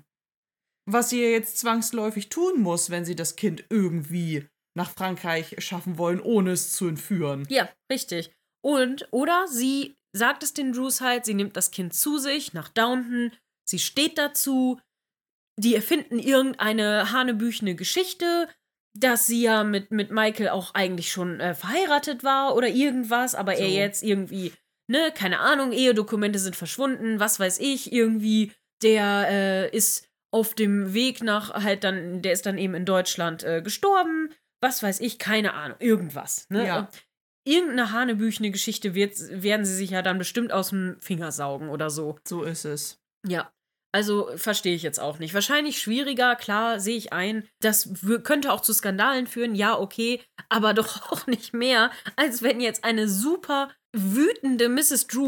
Was sie jetzt zwangsläufig tun muss, wenn sie das Kind irgendwie nach Frankreich schaffen wollen, ohne es zu entführen. Ja, richtig. Und, oder sie sagt es den Drews halt, sie nimmt das Kind zu sich nach Downton, sie steht dazu, die erfinden irgendeine hanebüchene Geschichte, dass sie ja mit, mit Michael auch eigentlich schon äh, verheiratet war oder irgendwas, aber So. er jetzt irgendwie, ne, keine Ahnung, Ehedokumente sind verschwunden, was weiß ich, irgendwie, der äh, ist auf dem Weg nach, halt dann, der ist dann eben in Deutschland äh, gestorben, was weiß ich, keine Ahnung, irgendwas, ne? Ja. Und irgendeine hanebüchene Geschichte wird, werden sie sich ja dann bestimmt aus dem Finger saugen oder so. So ist es. Ja. Also verstehe ich jetzt auch nicht. Wahrscheinlich schwieriger, klar, sehe ich ein. Das w- könnte auch zu Skandalen führen, ja, okay, aber doch auch nicht mehr, als wenn jetzt eine super wütende Misses Drew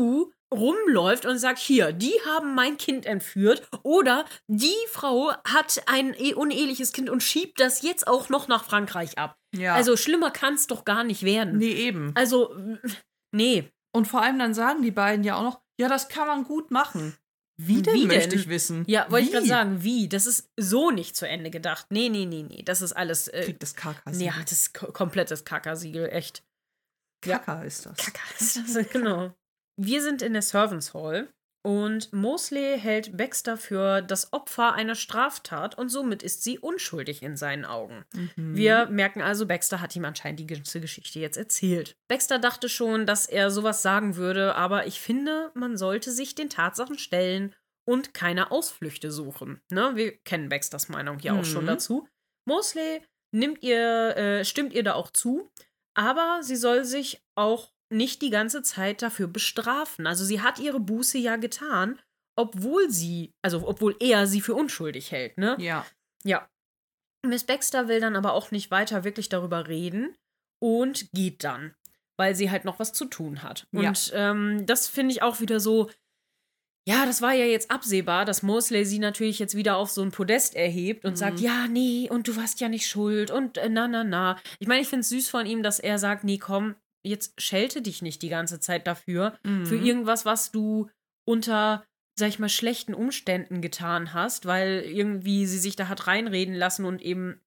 rumläuft und sagt, hier, die haben mein Kind entführt oder die Frau hat ein uneheliches Kind und schiebt das jetzt auch noch nach Frankreich ab. Ja. Also schlimmer kann es doch gar nicht werden. Nee, eben. Also, nee. Und vor allem dann sagen die beiden ja auch noch, ja, das kann man gut machen. Wie denn, Wie möchte denn? ich wissen. Ja, wollte ich gerade sagen, wie? Das ist so nicht zu Ende gedacht. Nee, nee, nee, nee. Das ist alles. Äh, Kriegt das Kaka-Siegel. Ja, das ist ko- komplettes Kaka-Siegel, echt. Kaka ist das. Kaka ist das, genau. Wir sind in der Servants Hall und Mosley hält Baxter für das Opfer einer Straftat und somit ist sie unschuldig in seinen Augen. Mhm. Wir merken also, Baxter hat ihm anscheinend die ganze Geschichte jetzt erzählt. Baxter dachte schon, dass er sowas sagen würde, aber ich finde, man sollte sich den Tatsachen stellen und keine Ausflüchte suchen. Ne? Wir kennen Baxters Meinung ja auch Mhm. schon dazu. Mosley nimmt ihr, äh, stimmt ihr da auch zu, aber sie soll sich auch nicht die ganze Zeit dafür bestrafen. Also sie hat ihre Buße ja getan, obwohl sie, also obwohl er sie für unschuldig hält, ne? Ja. Ja. Miss Baxter will dann aber auch nicht weiter wirklich darüber reden und geht dann, weil sie halt noch was zu tun hat. Ja. Und ähm, das finde ich auch wieder so, ja, das war ja jetzt absehbar, dass Mosley sie natürlich jetzt wieder auf so ein Podest erhebt und Mhm. sagt, ja, nee, und du warst ja nicht schuld und äh, na, na, na. Ich meine, ich finde es süß von ihm, dass er sagt, nee, komm, jetzt schelte dich nicht die ganze Zeit dafür, Mhm. für irgendwas, was du unter, sag ich mal, schlechten Umständen getan hast, weil irgendwie sie sich da hat reinreden lassen und eben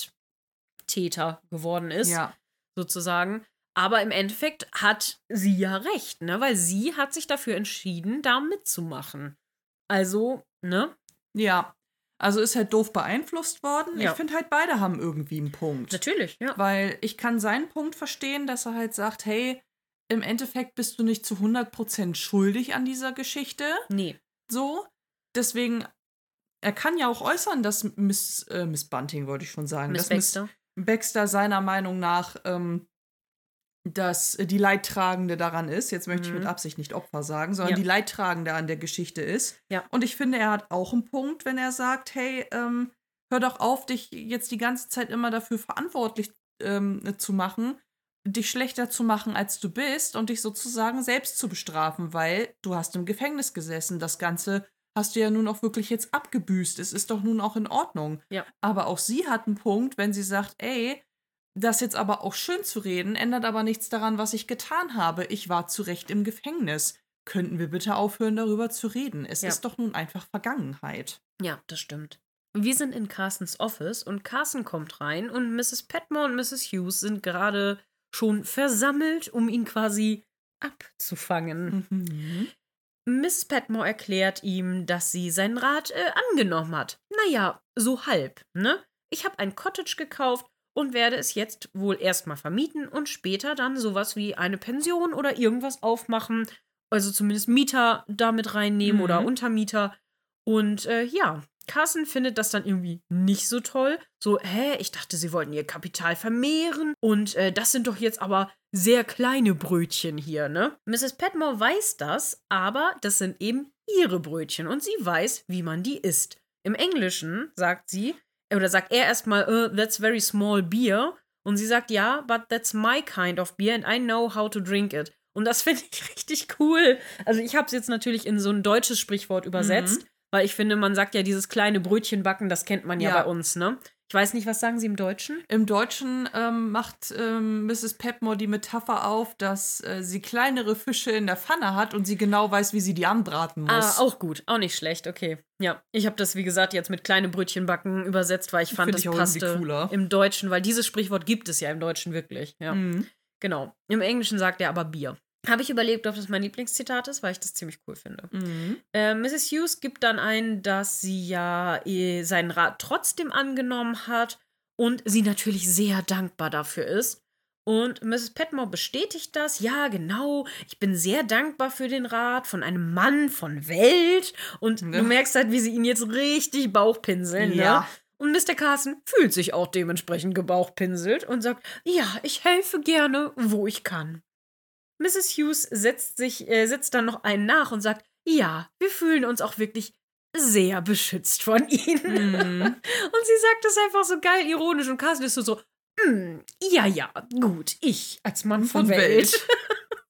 Mittäter geworden ist, Ja. sozusagen. Aber im Endeffekt hat sie ja recht, ne? Weil sie hat sich dafür entschieden, da mitzumachen. Also, ne? Ja. Also ist halt doof beeinflusst worden. Ja. Ich finde halt, beide haben irgendwie einen Punkt. Natürlich, ja. Weil ich kann seinen Punkt verstehen, dass er halt sagt, hey, im Endeffekt bist du nicht zu hundert Prozent schuldig an dieser Geschichte. Nee. So. Deswegen, er kann ja auch äußern, dass Miss, äh, Miss Bunting, wollte ich schon sagen, Miss dass Baxter. Miss Baxter seiner Meinung nach ähm, dass die Leidtragende daran ist. Jetzt möchte ich Mhm. mit Absicht nicht Opfer sagen, sondern Ja. die Leidtragende an der Geschichte ist. Ja. Und ich finde, er hat auch einen Punkt, wenn er sagt, hey, ähm, hör doch auf, dich jetzt die ganze Zeit immer dafür verantwortlich ähm, zu machen, dich schlechter zu machen, als du bist und dich sozusagen selbst zu bestrafen, weil du hast im Gefängnis gesessen. Das Ganze hast du ja nun auch wirklich jetzt abgebüßt. Es ist doch nun auch in Ordnung. Ja. Aber auch sie hat einen Punkt, wenn sie sagt, ey, das jetzt aber auch schön zu reden, ändert aber nichts daran, was ich getan habe. Ich war zu Recht im Gefängnis. Könnten wir bitte aufhören, darüber zu reden? Es Ja. ist doch nun einfach Vergangenheit. Ja, das stimmt. Wir sind in Carsons Office und Carson kommt rein und Misses Petmore und Misses Hughes sind gerade schon versammelt, um ihn quasi abzufangen. Mhm. Miss Petmore erklärt ihm, dass sie seinen Rat äh, angenommen hat. Naja, so halb, ne? Ich habe ein Cottage gekauft und werde es jetzt wohl erstmal vermieten und später dann sowas wie eine Pension oder irgendwas aufmachen. Also zumindest Mieter damit reinnehmen Mhm. oder Untermieter. Und äh, ja, Carson findet das dann irgendwie nicht so toll. So, hä, ich dachte, sie wollten ihr Kapital vermehren. Und äh, das sind doch jetzt aber sehr kleine Brötchen hier, ne? Misses Petmore weiß das, aber das sind eben ihre Brötchen und sie weiß, wie man die isst. Im Englischen sagt sie, oder sagt er erstmal, uh, that's very small beer. Und sie sagt, ja, but that's my kind of beer and I know how to drink it. Und das finde ich richtig cool. Also ich habe es jetzt natürlich in so ein deutsches Sprichwort übersetzt, Mhm. weil ich finde, man sagt ja dieses kleine Brötchen backen, das kennt man ja, Ja. bei uns, ne? Ich weiß nicht, was sagen Sie im Deutschen? Im Deutschen ähm, macht ähm, Misses Petmore die Metapher auf, dass äh, sie kleinere Fische in der Pfanne hat und sie genau weiß, wie sie die anbraten muss. Ah, auch gut. Auch nicht schlecht, okay. Ja, ich habe das, wie gesagt, jetzt mit kleine Brötchen backen übersetzt, weil ich fand, Find das ich auch irgendwie passte cooler. im Deutschen, weil dieses Sprichwort gibt es ja im Deutschen wirklich. Ja, Mhm. genau. Im Englischen sagt er aber Bier. Habe ich überlegt, ob das mein Lieblingszitat ist, weil ich das ziemlich cool finde. Mhm. Äh, Misses Hughes gibt dann ein, dass sie ja eh seinen Rat trotzdem angenommen hat und sie natürlich sehr dankbar dafür ist. Und Misses Petmore bestätigt das. Ja, genau. Ich bin sehr dankbar für den Rat von einem Mann von Welt. Und Ja. du merkst halt, wie sie ihn jetzt richtig Bauchpinseln. Ja. Ne? Und Mister Carson fühlt sich auch dementsprechend gebauchpinselt und sagt, ja, ich helfe gerne, wo ich kann. Misses Hughes setzt sich, äh, setzt dann noch einen nach und sagt, ja, wir fühlen uns auch wirklich sehr beschützt von ihnen. Mhm. Und sie sagt das einfach so geil ironisch und Carson ist so, so "Mm, ja, ja, gut, ich als Mann von, Von Welt. Welt.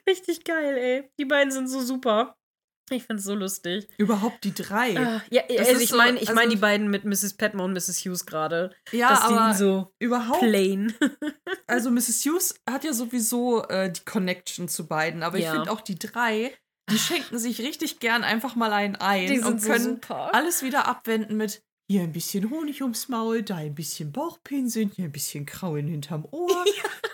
Richtig geil, ey. Die beiden sind so super. Ich find's so lustig. Überhaupt die drei. Uh, ja, Das also ist ich so- meine ich also- mein die beiden mit Misses Petmore und Misses Hughes gerade. Ja, dass die aber ihn so überhaupt. plain. Also Misses Hughes hat ja sowieso äh, die Connection zu beiden, aber ich Ja. finde auch die drei, die schenken sich richtig gern einfach mal einen ein Die sind und so können super. alles wieder abwenden mit hier ein bisschen Honig ums Maul, da ein bisschen Bauchpinseln, hier ein bisschen Krauen hinterm Ohr,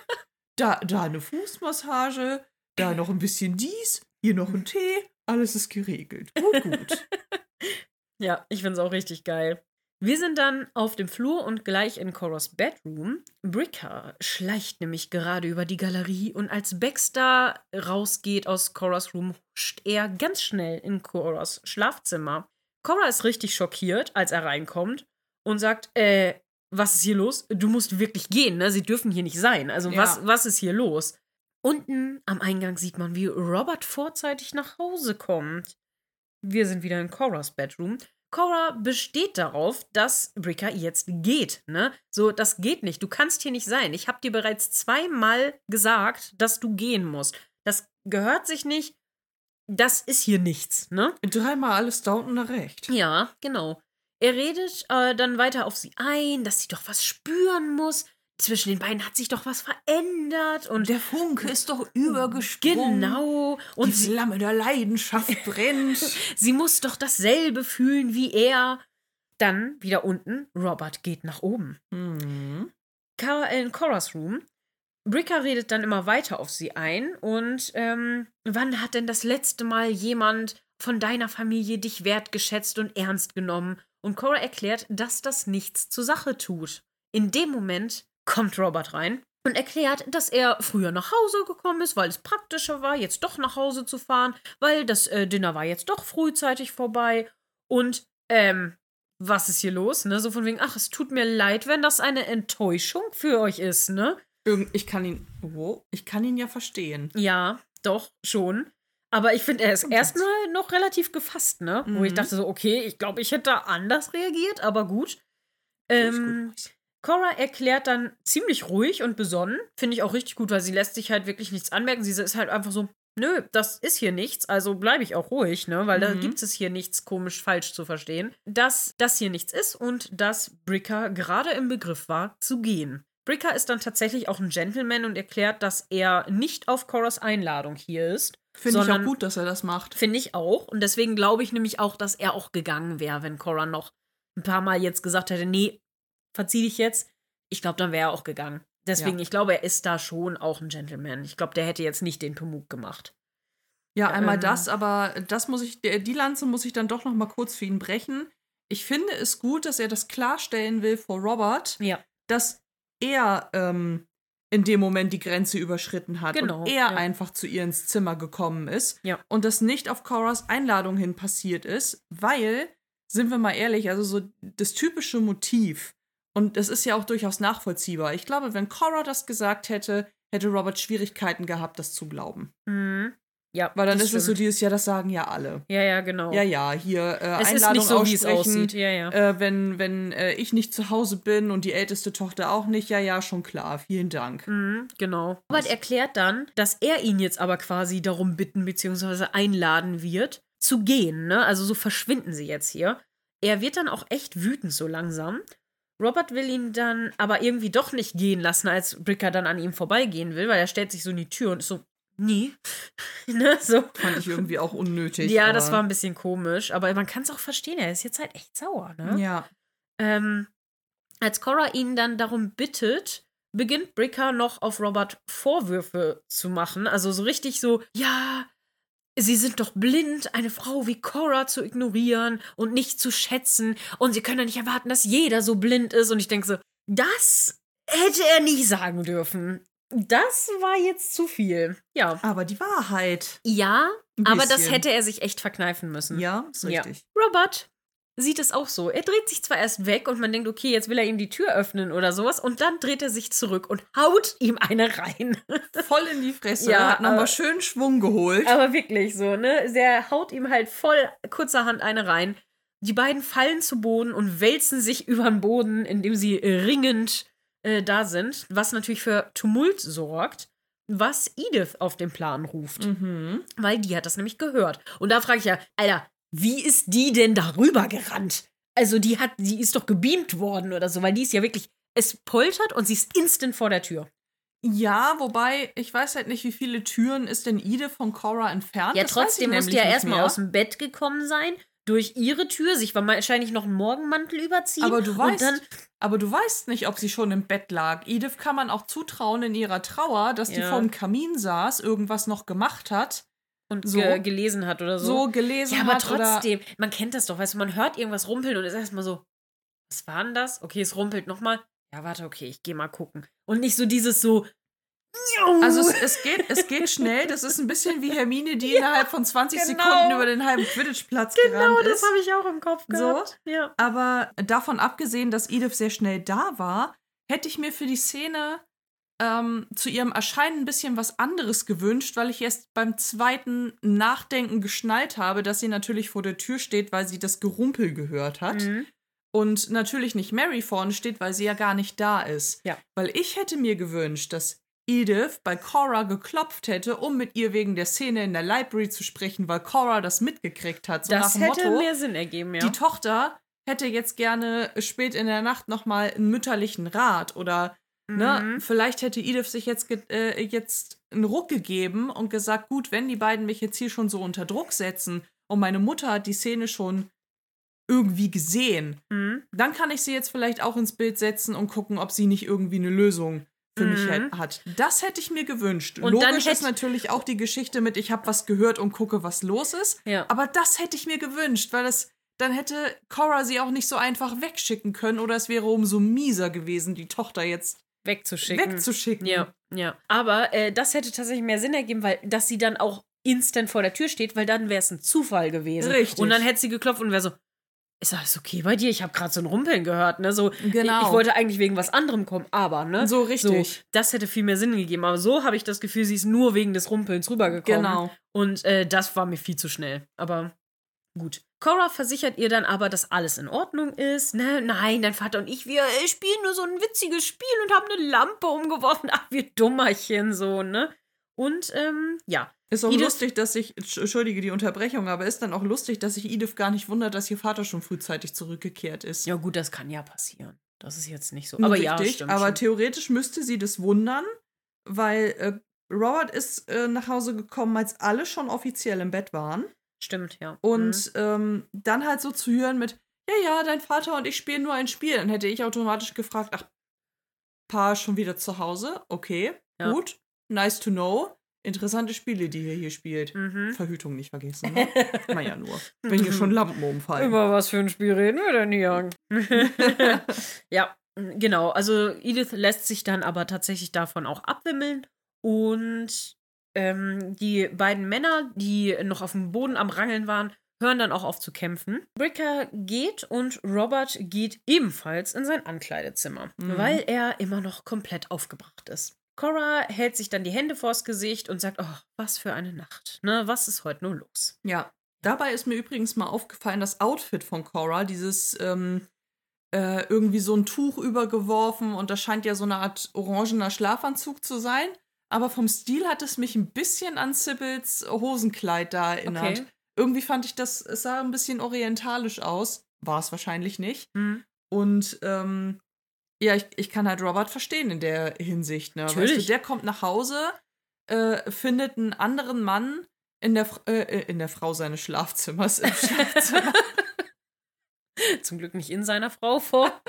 da, da eine Fußmassage, da noch ein bisschen dies, hier noch ein Tee, alles ist geregelt. Gut, gut. Ja, ich find's auch richtig geil. Wir sind dann auf dem Flur und gleich in Coras Bedroom. Bricker schleicht nämlich gerade über die Galerie und als Baxter rausgeht aus Coras Room, huscht er ganz schnell in Coras Schlafzimmer. Cora ist richtig schockiert, als er reinkommt und sagt, äh, was ist hier los? Du musst wirklich gehen, ne? Sie dürfen hier nicht sein. Also Ja. was, was ist hier los? Unten am Eingang sieht man, wie Robert vorzeitig nach Hause kommt. Wir sind wieder in Coras Bedroom. Cora besteht darauf, dass Bricker jetzt geht, ne? So, das geht nicht. Du kannst hier nicht sein. Ich habe dir bereits zweimal gesagt, dass du gehen musst. Das gehört sich nicht. Das ist hier nichts, ne? Dreimal alles Downton recht. Ja, genau. Er redet äh, dann weiter auf sie ein, dass sie doch was spüren muss. Zwischen den beiden hat sich doch was verändert und Der Funke ist doch übergesprungen. genau. Und Und die sie, Flamme der Leidenschaft brennt. sie muss doch dasselbe fühlen wie er. Dann wieder unten. Robert geht nach oben. Mhm. Cora in Coras Room. Bricker redet dann immer weiter auf sie ein. Und ähm, wann hat denn das letzte Mal jemand von deiner Familie dich wertgeschätzt und ernst genommen? Und Cora erklärt, dass das nichts zur Sache tut. In dem Moment kommt Robert rein und erklärt, dass er früher nach Hause gekommen ist, weil es praktischer war, jetzt doch nach Hause zu fahren, weil das äh, Dinner war jetzt doch frühzeitig vorbei. Und, ähm, was ist hier los, ne? So von wegen, ach, es tut mir leid, wenn das eine Enttäuschung für euch ist, ne? Irgend- Ich kann ihn. Oh, ich kann ihn ja verstehen. Ja, doch, schon. Aber ich finde, er ist Stimmt jetzt. erstmal noch relativ gefasst, ne? Wo ich Mhm. dachte so, okay, ich glaube, ich hätte anders reagiert, aber gut. Ähm, Ist gut. Cora erklärt dann ziemlich ruhig und besonnen. Finde ich auch richtig gut, weil sie lässt sich halt wirklich nichts anmerken. Sie ist halt einfach so, nö, das ist hier nichts, also bleibe ich auch ruhig, ne? Weil da Mhm. gibt es hier nichts komisch falsch zu verstehen. Dass das hier nichts ist und dass Bricker gerade im Begriff war, zu gehen. Bricker ist dann tatsächlich auch ein Gentleman und erklärt, dass er nicht auf Coras Einladung hier ist. Finde ich auch sondern- gut, dass er das macht. Finde ich auch. Und deswegen glaube ich nämlich auch, dass er auch gegangen wäre, wenn Cora noch ein paar Mal jetzt gesagt hätte, nee, verzieh dich jetzt. Ich glaube, dann wäre er auch gegangen. Deswegen, Ja. ich glaube, er ist da schon auch ein Gentleman. Ich glaube, der hätte jetzt nicht den Pemuk gemacht. Ja, einmal Ähm. das, aber das muss ich, die die Lanze muss ich dann doch noch mal kurz für ihn brechen. Ich finde es gut, dass er das klarstellen will vor Robert, Ja. dass er ähm, in dem Moment die Grenze überschritten hat Genau, und er ja. einfach zu ihr ins Zimmer gekommen ist Ja. und das nicht auf Coras Einladung hin passiert ist, weil, sind wir mal ehrlich, also so das typische Motiv, und das ist ja auch durchaus nachvollziehbar. Ich glaube, wenn Cora das gesagt hätte, hätte Robert Schwierigkeiten gehabt, das zu glauben. Mhm. Ja, Weil dann das ist es so stimmt. dieses, ja, das sagen ja alle. Ja, ja, genau. Ja, ja, hier äh, es Einladung ist nicht so, wie es aussprechen. aussieht. Ja, ja. Äh, wenn wenn äh, ich nicht zu Hause bin und die älteste Tochter auch nicht, ja, ja, schon klar, vielen Dank. Mhm, genau. Robert erklärt dann, dass er ihn jetzt aber quasi darum bitten bzw. einladen wird, zu gehen. Ne? Also so verschwinden sie jetzt hier. Er wird dann auch echt wütend so langsam. Robert will ihn dann aber irgendwie doch nicht gehen lassen, als Bricker dann an ihm vorbeigehen will, weil er stellt sich so in die Tür und ist so, nie. ne? So. Fand ich irgendwie auch unnötig. Ja, aber- das war ein bisschen komisch, aber man kann es auch verstehen, er ist jetzt halt echt sauer, ne? Ja. Ähm, als Cora ihn dann darum bittet, beginnt Bricker noch auf Robert Vorwürfe zu machen. Also so richtig so, ja, sie sind doch blind, eine Frau wie Cora zu ignorieren und nicht zu schätzen. Und sie können doch nicht erwarten, dass jeder so blind ist. Und ich denke so, das hätte er nicht sagen dürfen. Das war jetzt zu viel. Ja. Aber die Wahrheit. Ja, Ein aber das bisschen. hätte er sich echt verkneifen müssen. Ja, ist Ja. richtig. Robert sieht es auch so. Er dreht sich zwar erst weg und man denkt, okay, jetzt will er ihm die Tür öffnen oder sowas. Und dann dreht er sich zurück und haut ihm eine rein. Voll in die Fresse. Ja, hat nochmal aber- schön Schwung geholt. Aber wirklich so, ne? Der haut ihm halt voll kurzerhand eine rein. Die beiden fallen zu Boden und wälzen sich über den Boden, indem sie ringend äh, da sind, was natürlich für Tumult sorgt. was Edith auf den Plan ruft. Mhm. Weil die hat das nämlich gehört. Und da frage ich ja, Alter, wie ist die denn darüber gerannt? Also die hat, die ist doch gebeamt worden oder so, weil die ist ja wirklich, es poltert und sie ist instant vor der Tür. Ja, wobei, ich weiß halt nicht, wie viele Türen ist denn Edith von Cora entfernt. Ja, Das weiß trotzdem ich musste nämlich ja nicht erstmal mehr. aus dem Bett gekommen sein, durch ihre Tür, sich wahrscheinlich noch einen Morgenmantel überziehen. Aber du und weißt, dann, aber du weißt nicht, ob sie schon im Bett lag. Edith kann man auch zutrauen in ihrer Trauer, dass die Ja. vorm Kamin saß, irgendwas noch gemacht hat. und so. ge gelesen hat oder so. So gelesen Ja, aber hat oder trotzdem, man kennt das doch, weißt du, man hört irgendwas rumpeln und ist erstmal so, was war denn das? Okay, es rumpelt nochmal. Ja, warte, okay, ich geh mal gucken. Und nicht so dieses so, Also es, es, geht, es geht schnell. Das ist ein bisschen wie Hermine, die Ja, innerhalb von zwanzig genau. Sekunden über den halben Quidditch-Platz genau, gerannt das ist. habe ich auch im Kopf So. gehabt. Ja. Aber davon abgesehen, dass Edith sehr schnell da war, hätte ich mir für die Szene ähm, zu ihrem Erscheinen ein bisschen was anderes gewünscht, weil ich erst beim zweiten Nachdenken geschnallt habe, dass sie natürlich vor der Tür steht, weil sie das Gerumpel gehört hat. Mhm. Und natürlich nicht Mary vorne steht, weil sie ja gar nicht da ist. Ja. Weil ich hätte mir gewünscht, dass Edith bei Cora geklopft hätte, um mit ihr wegen der Szene in der Library zu sprechen, weil Cora das mitgekriegt hat. So Das nach dem hätte Motto, mehr Sinn ergeben, ja. die Tochter hätte jetzt gerne spät in der Nacht nochmal einen mütterlichen Rat oder ne, Mhm. vielleicht hätte Edith sich jetzt, ge- äh, jetzt einen Ruck gegeben und gesagt, gut, wenn die beiden mich jetzt hier schon so unter Druck setzen und meine Mutter hat die Szene schon irgendwie gesehen, Mhm. dann kann ich sie jetzt vielleicht auch ins Bild setzen und gucken, ob sie nicht irgendwie eine Lösung für mich Mhm. halt hat. Das hätte ich mir gewünscht. Und dann Logisch ist hätt- natürlich auch die Geschichte mit, ich habe was gehört und gucke, was los ist. Ja. Aber das hätte ich mir gewünscht, weil das, dann hätte Cora sie auch nicht so einfach wegschicken können oder es wäre umso mieser gewesen, die Tochter jetzt Wegzuschicken. wegzuschicken. Ja, ja. Aber äh, das hätte tatsächlich mehr Sinn ergeben, weil dass sie dann auch instant vor der Tür steht, weil dann wäre es ein Zufall gewesen. Richtig. Und dann hätte sie geklopft und wäre so, ist alles okay bei dir? Ich habe gerade so ein Rumpeln gehört, ne? So, Genau. ich, ich wollte eigentlich wegen was anderem kommen, aber, ne? So richtig. So, das hätte viel mehr Sinn gegeben. Aber so habe ich das Gefühl, sie ist nur wegen des Rumpelns rübergekommen. Genau. Und äh, das war mir viel zu schnell. Aber gut. Cora versichert ihr dann aber, dass alles in Ordnung ist. Ne? Nein, dein Vater und ich, wir äh, spielen nur so ein witziges Spiel und haben eine Lampe umgeworfen. Ach, wir Dummerchen, so, ne? Und, ähm, ja. Ist auch Edith- lustig, dass sich, entschuldige die Unterbrechung, aber ist dann auch lustig, dass sich Edith gar nicht wundert, dass ihr Vater schon frühzeitig zurückgekehrt ist. Ja, gut, das kann ja passieren. Das ist jetzt nicht so. Nur Aber ja, richtig, stimmt. aber schon. theoretisch müsste sie das wundern, weil äh, Robert ist äh, nach Hause gekommen, als alle schon offiziell im Bett waren. Stimmt, ja. Und Mhm. ähm, dann halt so zu hören mit, ja, ja, dein Vater und ich spielen nur ein Spiel. Dann hätte ich automatisch gefragt, ach, Pa ist schon wieder zu Hause? Okay, Ja. gut, nice to know. Interessante Spiele, die ihr hier spielt. Mhm. Verhütung nicht vergessen, ne? Na ja, nur. Wenn hier schon Lampen umfallen. Über was für ein Spiel reden wir denn hier? Ja, genau. Also Edith lässt sich dann aber tatsächlich davon auch abwimmeln. Und ähm, die beiden Männer, die noch auf dem Boden am Rangeln waren, hören dann auch auf zu kämpfen. Bricker geht und Robert geht ebenfalls in sein Ankleidezimmer, Mhm. weil er immer noch komplett aufgebracht ist. Cora hält sich dann die Hände vors Gesicht und sagt, oh, was für eine Nacht. Ne, was ist heute nur los? Ja, dabei ist mir übrigens mal aufgefallen, das Outfit von Cora, dieses ähm, äh, irgendwie so ein Tuch übergeworfen und das scheint ja so eine Art orangener Schlafanzug zu sein. Aber vom Stil hat es mich ein bisschen an Sibyls Hosenkleid da erinnert. Okay. Irgendwie fand ich das, es sah ein bisschen orientalisch aus. War es wahrscheinlich nicht. Hm. Und ähm, ja, ich, ich kann halt Robert verstehen in der Hinsicht. Ne? Weißt du, Natürlich. der kommt nach Hause, äh, findet einen anderen Mann in der, F- äh, in der Frau seines Schlafzimmers, im Schlafzimmer, Zum Glück nicht in seiner Frau vor.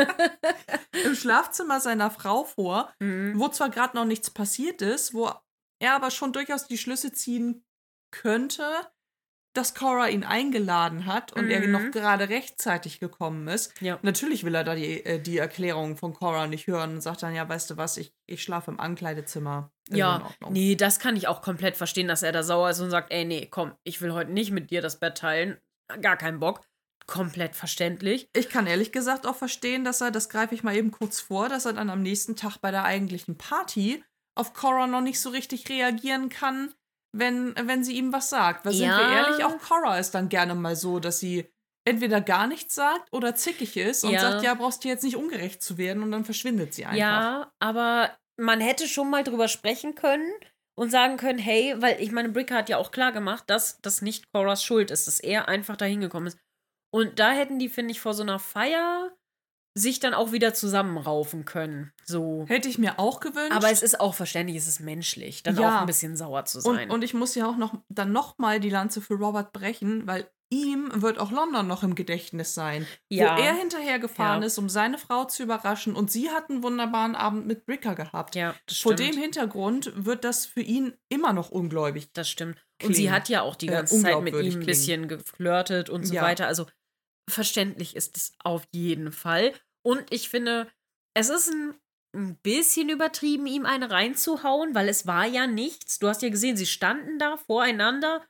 im Schlafzimmer seiner Frau vor, Mhm. wo zwar gerade noch nichts passiert ist, wo er aber schon durchaus die Schlüsse ziehen könnte, dass Cora ihn eingeladen hat und er Mhm. noch gerade rechtzeitig gekommen ist. Ja. Natürlich will er da die, äh, die Erklärung von Cora nicht hören und sagt dann, ja, weißt du was, ich, ich schlafe im Ankleidezimmer. Ist in Ja, Ordnung. nee, das kann ich auch komplett verstehen, dass er da sauer ist und sagt, ey, nee, komm, ich will heute nicht mit dir das Bett teilen. Gar keinen Bock. Komplett verständlich. Ich kann ehrlich gesagt auch verstehen, dass er, das greife ich mal eben kurz vor, dass er dann am nächsten Tag bei der eigentlichen Party auf Cora noch nicht so richtig reagieren kann, wenn, wenn sie ihm was sagt. Weil sind Ja. wir ehrlich, auch Cora ist dann gerne mal so, dass sie entweder gar nichts sagt oder zickig ist und Ja. sagt, ja, brauchst du jetzt nicht ungerecht zu werden und dann verschwindet sie einfach. Ja, aber man hätte schon mal drüber sprechen können und sagen können, hey, weil ich meine, Bricker hat ja auch klar gemacht, dass das nicht Coras Schuld ist, dass er einfach da hingekommen ist. Und da hätten die, finde ich, vor so einer Feier sich dann auch wieder zusammenraufen können. So. Hätte ich mir auch gewünscht. Aber es ist auch verständlich, es ist menschlich, dann ja. auch ein bisschen sauer zu sein. Und, und ich muss ja auch noch dann noch mal die Lanze für Robert brechen, weil ihm wird auch London noch im Gedächtnis sein. Ja. Wo er hinterhergefahren Ja. ist, um seine Frau zu überraschen. Und sie hat einen wunderbaren Abend mit Bricker gehabt. Ja, das Vor stimmt. dem Hintergrund wird das für ihn immer noch ungläubig. Das stimmt. Und klingen. sie hat ja auch die Äh, ganze Zeit mit unglaubwürdig ihm ein klingen. bisschen geflirtet und so Ja. weiter. Also verständlich ist es auf jeden Fall. Und ich finde, es ist ein, ein bisschen übertrieben, ihm eine reinzuhauen, weil es war ja nichts. Du hast ja gesehen, sie standen da voreinander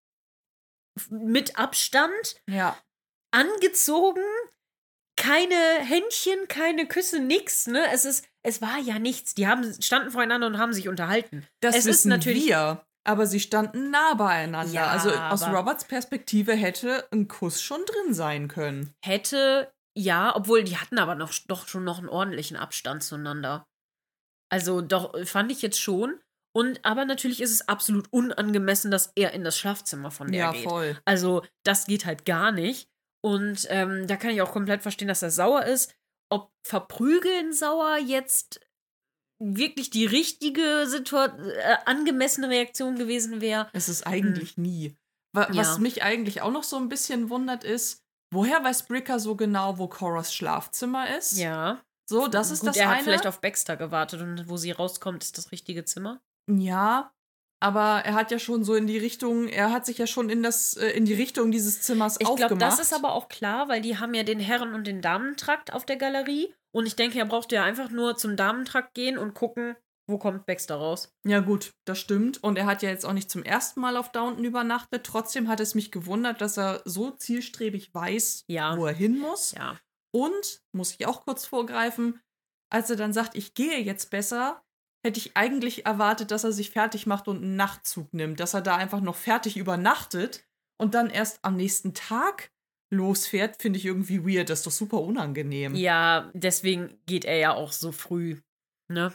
f- mit Abstand, Ja. angezogen, keine Händchen, keine Küsse, nix, ne? Es ist, es war ja nichts. Die haben, standen voreinander und haben sich unterhalten. Das es ist wissen natürlich wir. Aber sie standen nah beieinander. Ja, also aus aber- Roberts Perspektive hätte ein Kuss schon drin sein können. hätte, ja, obwohl die hatten aber noch, doch schon noch einen ordentlichen Abstand zueinander. Also doch, fand ich jetzt schon. Und aber natürlich ist es absolut unangemessen, dass er in das Schlafzimmer von der Ja, geht. voll. Also das geht halt gar nicht. Und ähm, da kann ich auch komplett verstehen, dass er sauer ist. Ob verprügeln sauer jetzt wirklich die richtige Situa- äh, angemessene Reaktion gewesen wäre. Es ist eigentlich nie. Wa- Ja. Was mich eigentlich auch noch so ein bisschen wundert ist, woher weiß Bricker so genau, wo Coras Schlafzimmer ist? Ja. So, das ist Gut, das er eine. hat vielleicht auf Baxter gewartet und wo sie rauskommt, ist das richtige Zimmer. Ja, aber er hat ja schon so in die Richtung, er hat sich ja schon in das äh, in die Richtung dieses Zimmers Ich aufgemacht. glaube, das ist aber auch klar, weil die haben ja den Herren- und den Damentrakt auf der Galerie. Und ich denke, er brauchte ja einfach nur zum Damentrakt gehen und gucken, wo kommt Baxter raus. Ja gut, das stimmt. Und er hat ja jetzt auch nicht zum ersten Mal auf Downton übernachtet. Trotzdem hat es mich gewundert, dass er so zielstrebig weiß, Ja. wo er hin muss. Ja. Und, muss ich auch kurz vorgreifen, als er dann sagt, ich gehe jetzt besser, hätte ich eigentlich erwartet, dass er sich fertig macht und einen Nachtzug nimmt. Dass er da einfach noch fertig übernachtet und dann erst am nächsten Tag losfährt, finde ich irgendwie weird. Das ist doch super unangenehm. Ja, deswegen geht er ja auch so früh. Ne?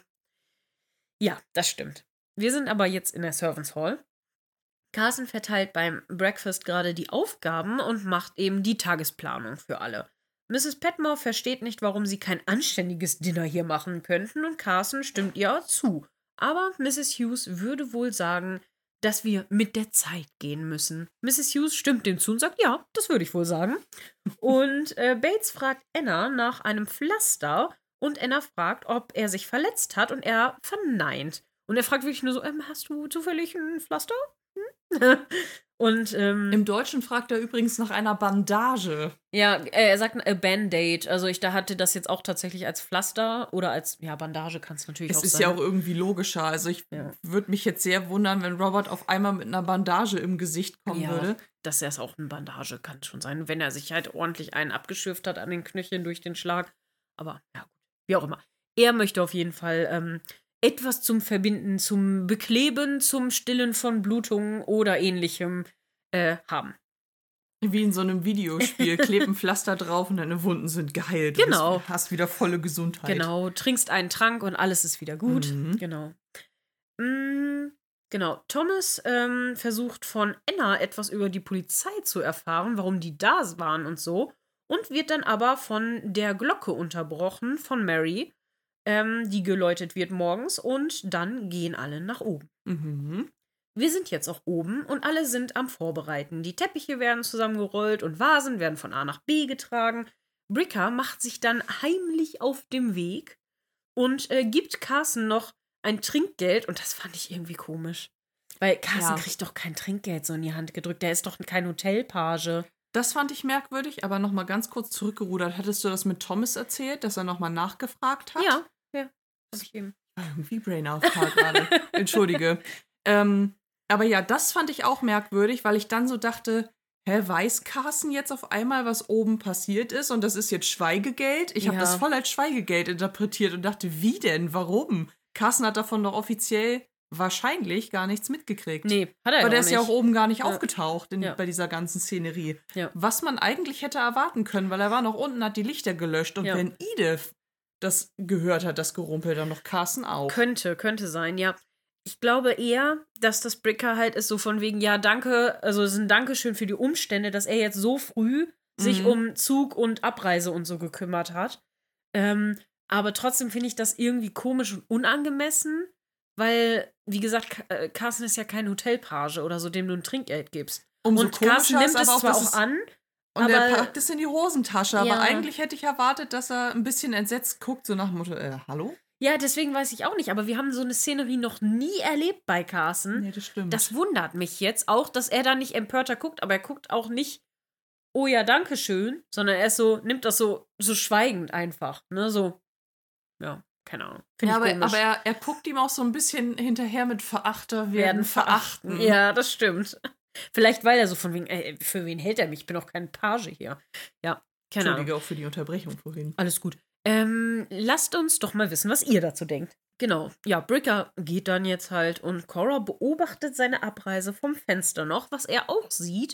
Ja, das stimmt. Wir sind aber jetzt in der Servants Hall. Carson verteilt beim Breakfast gerade die Aufgaben und macht eben die Tagesplanung für alle. Misses Petmore versteht nicht, warum sie kein anständiges Dinner hier machen könnten und Carson stimmt ihr zu. Aber Misses Hughes würde wohl sagen, dass wir mit der Zeit gehen müssen. Misses Hughes stimmt dem zu und sagt, ja, das würde ich wohl sagen. Und äh, Bates fragt Anna nach einem Pflaster und Anna fragt, ob er sich verletzt hat und er verneint. Und er fragt wirklich nur so, ähm, hast du zufällig ein Pflaster? Hm? Und ähm, Im Deutschen fragt er übrigens nach einer Bandage. ja, äh, er sagt ein Band-Aid. Also ich da hatte das jetzt auch tatsächlich als Pflaster oder als, ja, Bandage kann es natürlich Es auch ist sein. ja auch irgendwie logischer. Also ich Ja. würde mich jetzt sehr wundern, wenn Robert auf einmal mit einer Bandage im Gesicht kommen Ja, würde. dass er es auch eine Bandage kann schon sein, wenn er sich halt ordentlich einen abgeschürft hat an den Knöcheln durch den Schlag. Aber ja, gut, wie auch immer. Er möchte auf jeden Fall ähm, etwas zum Verbinden, zum Bekleben, zum Stillen von Blutungen oder ähnlichem äh, haben. Wie in so einem Videospiel. Kleben Pflaster drauf und deine Wunden sind geheilt. Du Genau. bist, hast wieder volle Gesundheit. Genau, trinkst einen Trank und alles ist wieder gut. Mhm. Genau. Mm, genau, Thomas ähm, versucht von Anna etwas über die Polizei zu erfahren, warum die da waren und so. Und wird dann aber von der Glocke unterbrochen von Mary, ähm, die geläutet wird morgens. Und dann gehen alle nach oben. Mhm. Wir sind jetzt auch oben und alle sind am Vorbereiten. Die Teppiche werden zusammengerollt und Vasen werden von A nach B getragen. Bricker macht sich dann heimlich auf dem Weg und äh, gibt Carson noch ein Trinkgeld. Und das fand ich irgendwie komisch. Weil Carson Ja. kriegt doch kein Trinkgeld so in die Hand gedrückt. Der ist doch kein Hotelpage. Das fand ich merkwürdig, aber noch mal ganz kurz zurückgerudert. Hattest du das mit Thomas erzählt, dass er noch mal nachgefragt hat? Ja, ja. Hab ich eben. Ah, irgendwie Brain AFK gerade. Entschuldige. Ähm, aber ja, das fand ich auch merkwürdig, weil ich dann so dachte, hä, weiß Carson jetzt auf einmal, was oben passiert ist und das ist jetzt Schweigegeld? Ich habe Ja. das voll als Schweigegeld interpretiert und dachte, wie denn? Warum? Carson hat davon doch offiziell wahrscheinlich gar nichts mitgekriegt. Nee, hat er Weil ja der auch ist ja auch nicht. oben gar nicht Ja. aufgetaucht in, Ja. bei dieser ganzen Szenerie. Ja. Was man eigentlich hätte erwarten können, weil er war noch unten, hat die Lichter gelöscht. Und Ja. wenn Edith das gehört hat, das Gerumpel, dann noch Carson auch. Könnte, könnte sein, ja. Ich glaube eher, dass das Bricker halt ist so von wegen, ja, danke, also es ist ein Dankeschön für die Umstände, dass er jetzt so früh mhm. sich um Zug und Abreise und so gekümmert hat. Ähm, aber trotzdem finde ich das irgendwie komisch und unangemessen, weil, wie gesagt, Carson ist ja kein Hotelpage oder so, dem du ein Trinkgeld gibst. Umso und Carson nimmt es zwar auch an, und aber er packt es in die Hosentasche, ja. aber eigentlich hätte ich erwartet, dass er ein bisschen entsetzt guckt, so nach dem Motto, äh, hallo? Ja, deswegen weiß ich auch nicht, aber wir haben so eine Szenerie noch nie erlebt bei Carson. Nee, das stimmt. Das wundert mich jetzt auch, dass er da nicht empörter guckt, aber er guckt auch nicht, oh ja, danke schön, sondern er ist so, nimmt das so, so schweigend einfach, ne, so, ja, keine Ahnung. Ja, aber, aber er, er guckt ihm auch so ein bisschen hinterher mit Verachter werden, werden verachten. verachten. Ja, das stimmt. Vielleicht, weil er so von wegen, ey, für wen hält er mich? Ich bin doch kein Page hier. Ja, keine Ahnung. Entschuldige auch für die Unterbrechung vorhin. Alles gut. Ähm, lasst uns doch mal wissen, was ihr dazu denkt. Genau. Ja, Bricker geht dann jetzt halt und Cora beobachtet seine Abreise vom Fenster noch, was er auch sieht.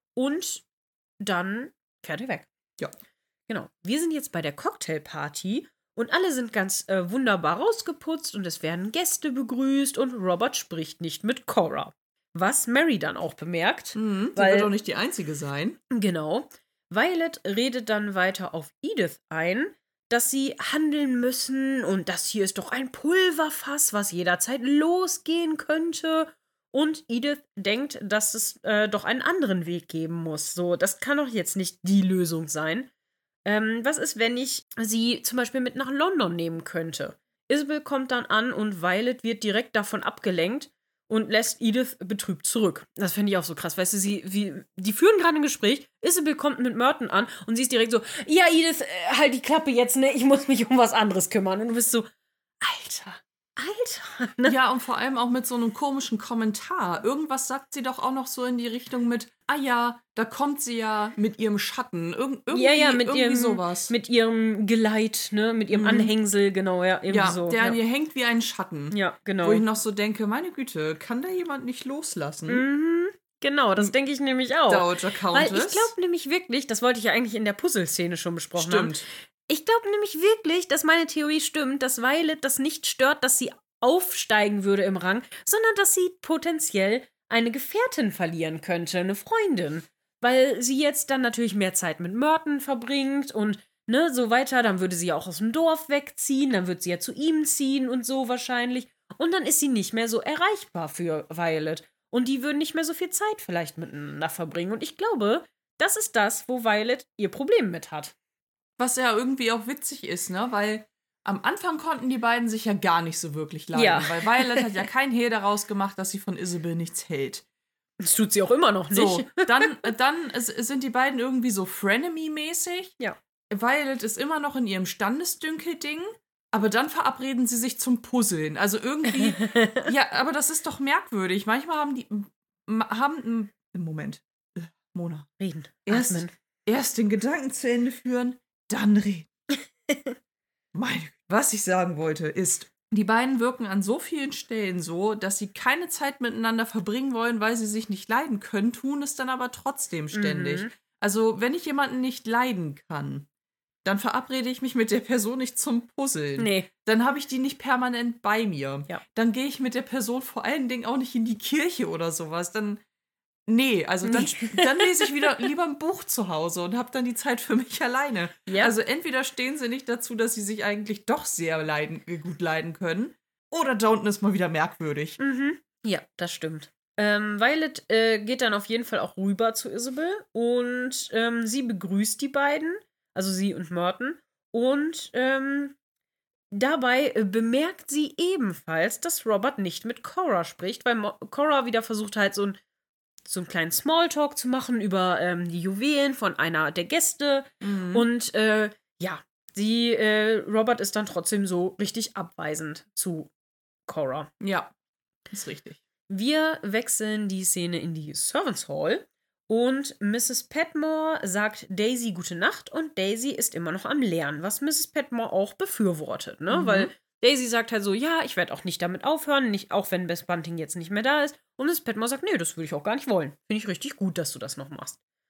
Und dann fährt er weg. Ja. Genau. Wir sind jetzt bei der Cocktailparty und alle sind ganz äh, wunderbar rausgeputzt und es werden Gäste begrüßt und Robert spricht nicht mit Cora. Was Mary dann auch bemerkt. Mhm, weil, sie wird doch nicht die Einzige sein. Genau. Violet redet dann weiter auf Edith ein, dass sie handeln müssen und das hier ist doch ein Pulverfass, was jederzeit losgehen könnte. Und Edith denkt, dass es äh, doch einen anderen Weg geben muss. So, das kann doch jetzt nicht die Lösung sein. Ähm, was ist, wenn ich sie zum Beispiel mit nach London nehmen könnte? Isabel kommt dann an und Violet wird direkt davon abgelenkt und lässt Edith betrübt zurück. Das finde ich auch so krass. Weißt du, sie, wie, die führen gerade ein Gespräch. Isabel kommt mit Merton an und sie ist direkt so, ja, Edith, äh, halt die Klappe jetzt, ne? Ich muss mich um was anderes kümmern. Und du bist so, Alter, Alter. Ne? Ja, und vor allem auch mit so einem komischen Kommentar. Irgendwas sagt sie doch auch noch so in die Richtung mit, ah ja, da kommt sie ja mit ihrem Schatten. Irg irgendwie, ja, ja, mit irgendwie ihrem, sowas. Mit ihrem Geleit, ne? Mit ihrem mhm. Anhängsel, genau, ja, irgendwie ja, so. Der ja, an ihr hängt wie ein Schatten. Ja, genau. Wo ich noch so denke, meine Güte, kann da jemand nicht loslassen? Mhm. Genau, das denke ich nämlich auch. Dowager Countess. Weil ich glaube nämlich wirklich, das wollte ich ja eigentlich in der Puzzleszene schon besprochen haben. Stimmt. Ich glaube nämlich wirklich, dass meine Theorie stimmt, dass Violet das nicht stört, dass sie aufsteigen würde im Rang, sondern dass sie potenziell eine Gefährtin verlieren könnte, eine Freundin. Weil sie jetzt dann natürlich mehr Zeit mit Merton verbringt und ne, so weiter. Dann würde sie ja auch aus dem Dorf wegziehen, dann wird sie ja zu ihm ziehen und so wahrscheinlich. Und dann ist sie nicht mehr so erreichbar für Violet. Und die würden nicht mehr so viel Zeit vielleicht miteinander verbringen. Und ich glaube, das ist das, wo Violet ihr Problem mit hat. Was ja irgendwie auch witzig ist, ne? Weil am Anfang konnten die beiden sich ja gar nicht so wirklich leiden. Ja. Weil Violet hat ja kein Hehl daraus gemacht, dass sie von Isabel nichts hält. Das tut sie auch immer noch nicht. So, dann, dann sind die beiden irgendwie so Frenemy-mäßig. Ja. Violet ist immer noch in ihrem Standesdünkel-Ding. Aber dann verabreden sie sich zum Puzzeln. Also irgendwie, ja, aber das ist doch merkwürdig. Manchmal haben die, haben, im Moment, Mona. Reden. Erst, Atmen. erst den Gedanken zu Ende führen, dann reden. Meine, was ich sagen wollte, ist, die beiden wirken an so vielen Stellen so, dass sie keine Zeit miteinander verbringen wollen, weil sie sich nicht leiden können, tun es dann aber trotzdem ständig. Mhm. Also, wenn ich jemanden nicht leiden kann, dann verabrede ich mich mit der Person nicht zum Puzzeln. Nee. Dann habe ich die nicht permanent bei mir. Ja. Dann gehe ich mit der Person vor allen Dingen auch nicht in die Kirche oder sowas. Dann, nee, also dann, dann lese ich wieder lieber ein Buch zu Hause und habe dann die Zeit für mich alleine. Ja. Also entweder stehen sie nicht dazu, dass sie sich eigentlich doch sehr leiden, gut leiden können, oder da unten ist mal wieder merkwürdig. Mhm. Ja, das stimmt. Ähm, Violet äh, geht dann auf jeden Fall auch rüber zu Isabel und ähm, sie begrüßt die beiden. Also sie und Merton. Und ähm, dabei äh, bemerkt sie ebenfalls, dass Robert nicht mit Cora spricht, weil Mo Cora wieder versucht halt so, ein, so einen kleinen Smalltalk zu machen über ähm, die Juwelen von einer der Gäste. Mhm. Und äh, ja, sie, äh, Robert ist dann trotzdem so richtig abweisend zu Cora. Ja, ist richtig. Wir wechseln die Szene in die Servants Hall. Und Misses Petmore sagt Daisy gute Nacht und Daisy ist immer noch am Lernen, was Misses Petmore auch befürwortet, ne? Mhm. Weil Daisy sagt halt so, ja, ich werde auch nicht damit aufhören, nicht, auch wenn Bess Bunting jetzt nicht mehr da ist. Und Misses Petmore sagt, nee, das würde ich auch gar nicht wollen. Finde ich richtig gut, dass du das noch machst.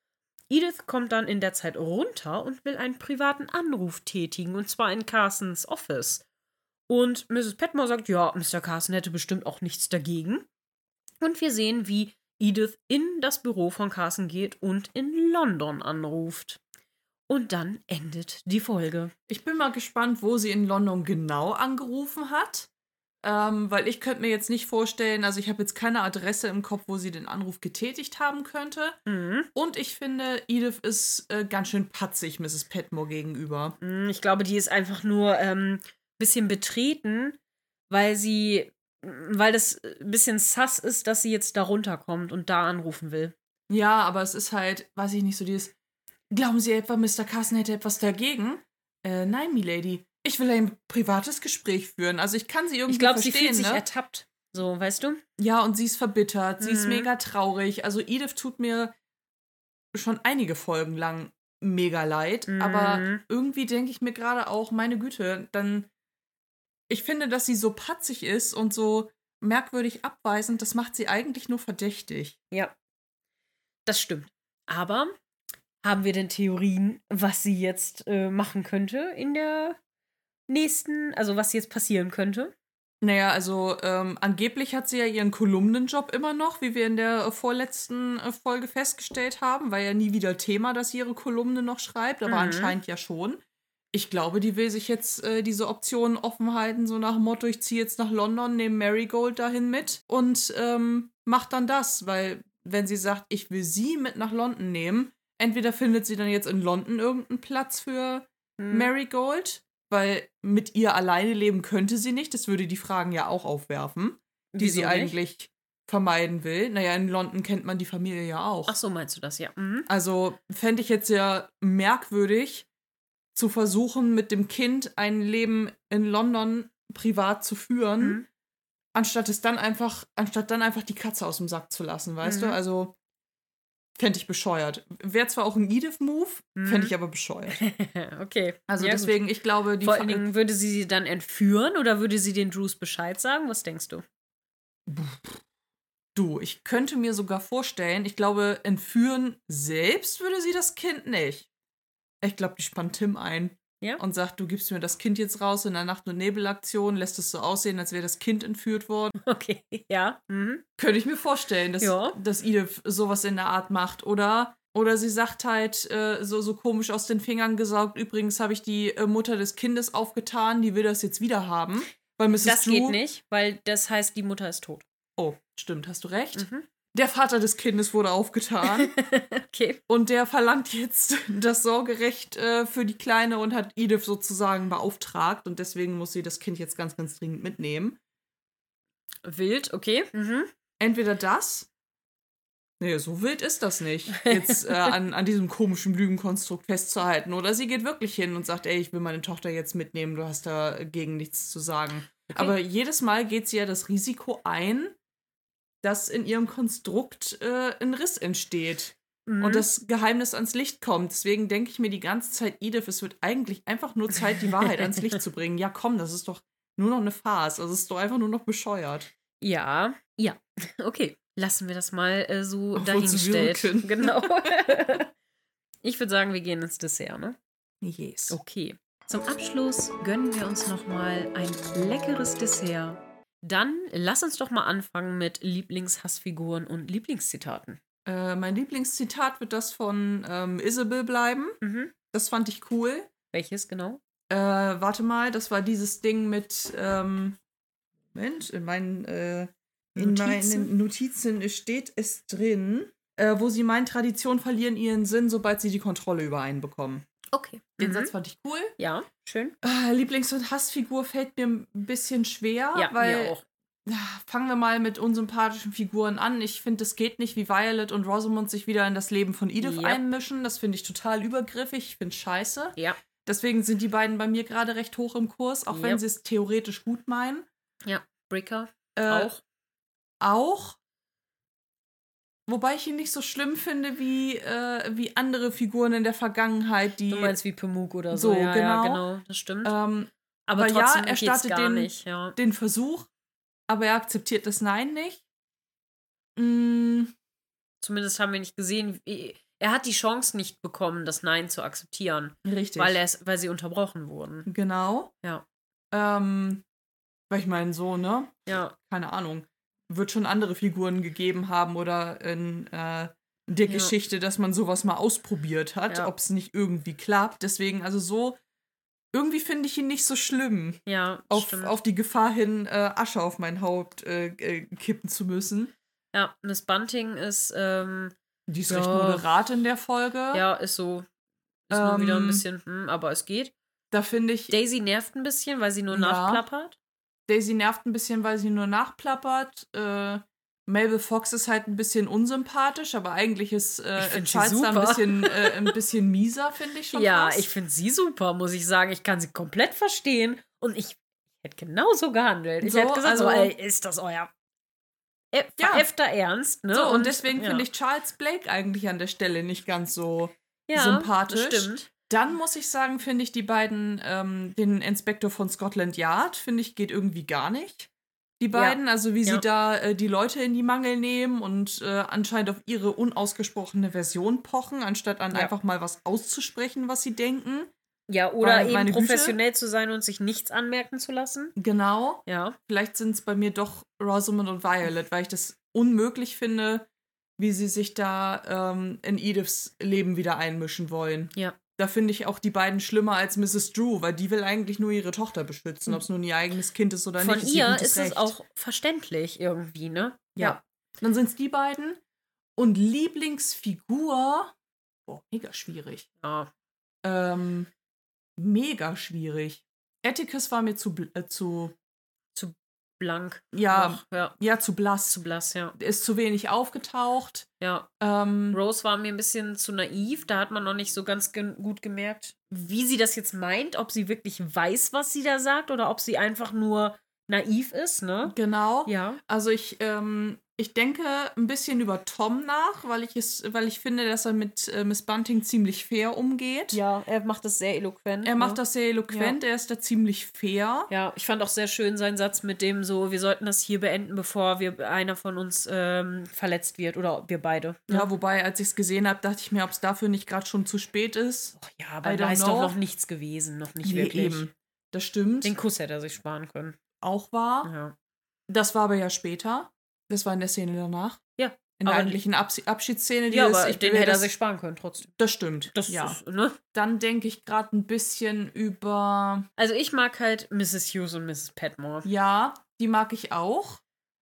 Edith kommt dann in der Zeit runter und will einen privaten Anruf tätigen, und zwar in Carsons Office. Und Misses Petmore sagt, ja, Mister Carson hätte bestimmt auch nichts dagegen. Und wir sehen, wie Edith in das Büro von Carson geht und in London anruft. Und dann endet die Folge. Ich bin mal gespannt, wo sie in London genau angerufen hat. Ähm, weil ich könnte mir jetzt nicht vorstellen, also ich habe jetzt keine Adresse im Kopf, wo sie den Anruf getätigt haben könnte. Mhm. Und ich finde, Edith ist äh, ganz schön patzig Misses Petmore gegenüber. Ich glaube, die ist einfach nur ein ähm, bisschen betreten, weil sie, weil das ein bisschen sass ist, dass sie jetzt da runterkommt und da anrufen will. Ja, aber es ist halt, weiß ich nicht, so dieses, glauben Sie etwa, Mister Carson hätte etwas dagegen? Äh, nein, Milady. Ich will ein privates Gespräch führen. Also ich kann sie irgendwie ich glaub, verstehen, sie fühlt sich ne? ertappt. So, weißt du? Ja, und sie ist verbittert. Mhm. Sie ist mega traurig. Also Edith tut mir schon einige Folgen lang mega leid. Mhm. Aber irgendwie denke ich mir gerade auch, meine Güte, dann ich finde, dass sie so patzig ist und so merkwürdig abweisend, das macht sie eigentlich nur verdächtig. Ja, das stimmt. Aber haben wir denn Theorien, was sie jetzt äh, machen könnte in der nächsten, also was jetzt passieren könnte? Naja, also ähm, angeblich hat sie ja ihren Kolumnenjob immer noch, wie wir in der äh, vorletzten äh, Folge festgestellt haben. War ja nie wieder Thema, dass sie ihre Kolumne noch schreibt, aber mhm. anscheinend ja schon. Ich glaube, die will sich jetzt äh, diese Optionen offen halten, so nach dem Motto, ich ziehe jetzt nach London, nehme Marigold dahin mit und ähm, macht dann das, weil wenn sie sagt, ich will sie mit nach London nehmen, entweder findet sie dann jetzt in London irgendeinen Platz für hm. Marigold, weil mit ihr alleine leben könnte sie nicht, das würde die Fragen ja auch aufwerfen, die Wieso sie nicht? eigentlich vermeiden will. Naja, in London kennt man die Familie ja auch. Ach so, meinst du das, ja. Mhm. Also fände ich jetzt ja merkwürdig, zu versuchen, mit dem Kind ein Leben in London privat zu führen, mhm. anstatt es dann einfach, anstatt dann einfach die Katze aus dem Sack zu lassen, weißt mhm. du? Also fände ich bescheuert. Wäre zwar auch ein Edith-Move, mhm. fände ich aber bescheuert. Okay. Also ja, deswegen, gut. ich glaube, die Vor allen Dingen, würde sie sie dann entführen oder würde sie den Drews Bescheid sagen? Was denkst du? Du, ich könnte mir sogar vorstellen, ich glaube, entführen selbst würde sie das Kind nicht. Ich glaube, die spannt Tim ein ja? und sagt, du gibst mir das Kind jetzt raus in der Nacht- und Nebelaktion, lässt es so aussehen, als wäre das Kind entführt worden. Okay, ja. Mhm. Könnte ich mir vorstellen, dass, ja. dass Edith sowas in der Art macht. Oder, oder sie sagt halt, äh, so, so komisch aus den Fingern gesaugt, übrigens habe ich die äh, Mutter des Kindes aufgetan, die will das jetzt wieder haben. Weil Misses Das Drew, geht nicht, weil das heißt, die Mutter ist tot. Oh, stimmt, hast du recht. Mhm. Der Vater des Kindes wurde aufgetan. Okay. Und der verlangt jetzt das Sorgerecht äh, für die Kleine und hat Edith sozusagen beauftragt. Und deswegen muss sie das Kind jetzt ganz, ganz dringend mitnehmen. Wild, okay. Mhm. Entweder das. Nee, so wild ist das nicht, jetzt äh, an, an diesem komischen Lügenkonstrukt festzuhalten. Oder sie geht wirklich hin und sagt, ey, ich will meine Tochter jetzt mitnehmen, du hast dagegen nichts zu sagen. Okay. Aber jedes Mal geht sie ja das Risiko ein, dass in ihrem Konstrukt äh, ein Riss entsteht mhm. und das Geheimnis ans Licht kommt. Deswegen denke ich mir die ganze Zeit, Edith, es wird eigentlich einfach nur Zeit, die Wahrheit ans Licht zu bringen. Ja, komm, das ist doch nur noch eine Farce. Also es ist doch einfach nur noch bescheuert. Ja, ja, okay. Lassen wir das mal äh, so Auf dahingestellt. Genau. Ich würde sagen, wir gehen ins Dessert, ne? Yes. Okay. Zum Abschluss gönnen wir uns noch mal ein leckeres Dessert. Dann lass uns doch mal anfangen mit Lieblingshassfiguren und Lieblingszitaten. Äh, mein Lieblingszitat wird das von ähm, Isabel bleiben. Mhm. Das fand ich cool. Welches genau? Äh, warte mal, das war dieses Ding mit, ähm, Moment, in meinen, äh, in Notizen? meinen Notizen steht es drin, äh, wo sie meinen, Traditionen verlieren ihren Sinn, sobald sie die Kontrolle über einen bekommen. Okay. Den mhm. Satz fand ich cool. Ja, schön. Äh, Lieblings- und Hassfigur fällt mir ein bisschen schwer, ja, weil mir auch. Fangen wir mal mit unsympathischen Figuren an. Ich finde, es geht nicht, wie Violet und Rosamund sich wieder in das Leben von Edith yep. einmischen. Das finde ich total übergriffig. Ich finde es scheiße. Ja. Deswegen sind die beiden bei mir gerade recht hoch im Kurs, auch yep. wenn sie es theoretisch gut meinen. Ja, Bricker äh, auch. Auch. Wobei ich ihn nicht so schlimm finde wie, äh, wie andere Figuren in der Vergangenheit, die. Du meinst wie Pamuk oder so. So, ja, genau. Ja, genau, das stimmt. Ähm, aber, aber trotzdem ja, er startet gar den, nicht. Ja. den Versuch, aber er akzeptiert das Nein nicht. Mm. Zumindest haben wir nicht gesehen, wie, er hat die Chance nicht bekommen, das Nein zu akzeptieren. Richtig. Weil, er's, weil sie unterbrochen wurden. Genau. Ja. Ähm, weil ich meine, so, ne? Ja. Keine Ahnung. Wird schon andere Figuren gegeben haben oder in äh, der Ja. Geschichte, dass man sowas mal ausprobiert hat, Ja. ob es nicht irgendwie klappt. Deswegen, also so, irgendwie finde ich ihn nicht so schlimm, Ja, auf, stimmt. auf die Gefahr hin, äh, Asche auf mein Haupt äh, äh, kippen zu müssen. Ja, Miss Bunting ist, ähm, Die ist Ja. recht moderat in der Folge. ja, ist so, ist nur wieder ein Ähm, bisschen, hm, aber es geht. Da finde ich, Daisy nervt ein bisschen, weil sie nur Ja. nachplappert. Daisy nervt ein bisschen, weil sie nur nachplappert. Äh, Mabel Fox ist halt ein bisschen unsympathisch, aber eigentlich ist äh, Ich find sie Charles da ein super. bisschen, äh, ein bisschen mieser, finde ich schon Ja, fast. ich finde sie super, muss ich sagen. Ich kann sie komplett verstehen und ich hätte genauso gehandelt. Ich So, hätte gesagt, so, also- ey, ist das euer e Ja. veräffter Ernst, ne? So, und, deswegen ja. finde ich Charles Blake eigentlich an der Stelle nicht ganz so ja, sympathisch. Das stimmt. Dann muss ich sagen, finde ich die beiden, ähm, den Inspektor von Scotland Yard, finde ich, geht irgendwie gar nicht. Die beiden, also wie Ja. sie da äh, die Leute in die Mangel nehmen und äh, anscheinend auf ihre unausgesprochene Version pochen, anstatt an Ja. einfach mal was auszusprechen, was sie denken. Ja, oder Weil, eben meine Güte. professionell zu sein und sich nichts anmerken zu lassen. Genau. Ja. Vielleicht sind es bei mir doch Rosamund und Violet, weil ich das unmöglich finde, wie sie sich da ähm, in Ediths Leben wieder einmischen wollen. Ja. Da finde ich auch die beiden schlimmer als Misses Drew, weil die will eigentlich nur ihre Tochter beschützen, ob es nun ihr eigenes Kind ist oder Von nicht. ihr gutes ist Recht. es auch verständlich irgendwie, ne? Ja. Dann sind es die beiden. Und Lieblingsfigur, boah, mega schwierig. Ja. Ähm, mega schwierig. Atticus war mir zu, bl- äh, zu Blank. ja, Noch, ja. ja, zu blass. Zu blass, ja. Der ist zu wenig aufgetaucht. Ja. Ähm, Rose war mir ein bisschen zu naiv. Da hat man noch nicht so ganz ge gut gemerkt, wie sie das jetzt meint. Ob sie wirklich weiß, was sie da sagt oder ob sie einfach nur naiv ist, ne? genau. Ja. Also ich, ähm, ich denke ein bisschen über Tom nach, weil ich es, weil ich finde, dass er mit äh, Miss Bunting ziemlich fair umgeht. Ja, er macht das sehr eloquent. Er ne? macht das sehr eloquent, er ist da ziemlich fair. Ja, ich fand auch sehr schön seinen Satz mit dem so, wir sollten das hier beenden, bevor wir einer von uns ähm, verletzt wird oder wir beide. ne? Ja, wobei, als ich es gesehen habe, dachte ich mir, ob es dafür nicht gerade schon zu spät ist. Och, ja, aber I da don't ist know. doch noch nichts gewesen, noch nicht Nee, wirklich. eben. Das stimmt. Den Kuss hätte er sich sparen können. Auch wahr. Ja. Das war aber ja später. Das war in der Szene danach. Ja. In der aber- eigentlichen Abs Abschiedsszene. Die Ja, ist, aber ich den will hätte er das, sich sparen können trotzdem. Das stimmt. Das ja. ist, ne? Dann denke ich gerade ein bisschen über. Also ich mag halt Misses Hughes und Misses Petmore. Ja, die mag ich auch.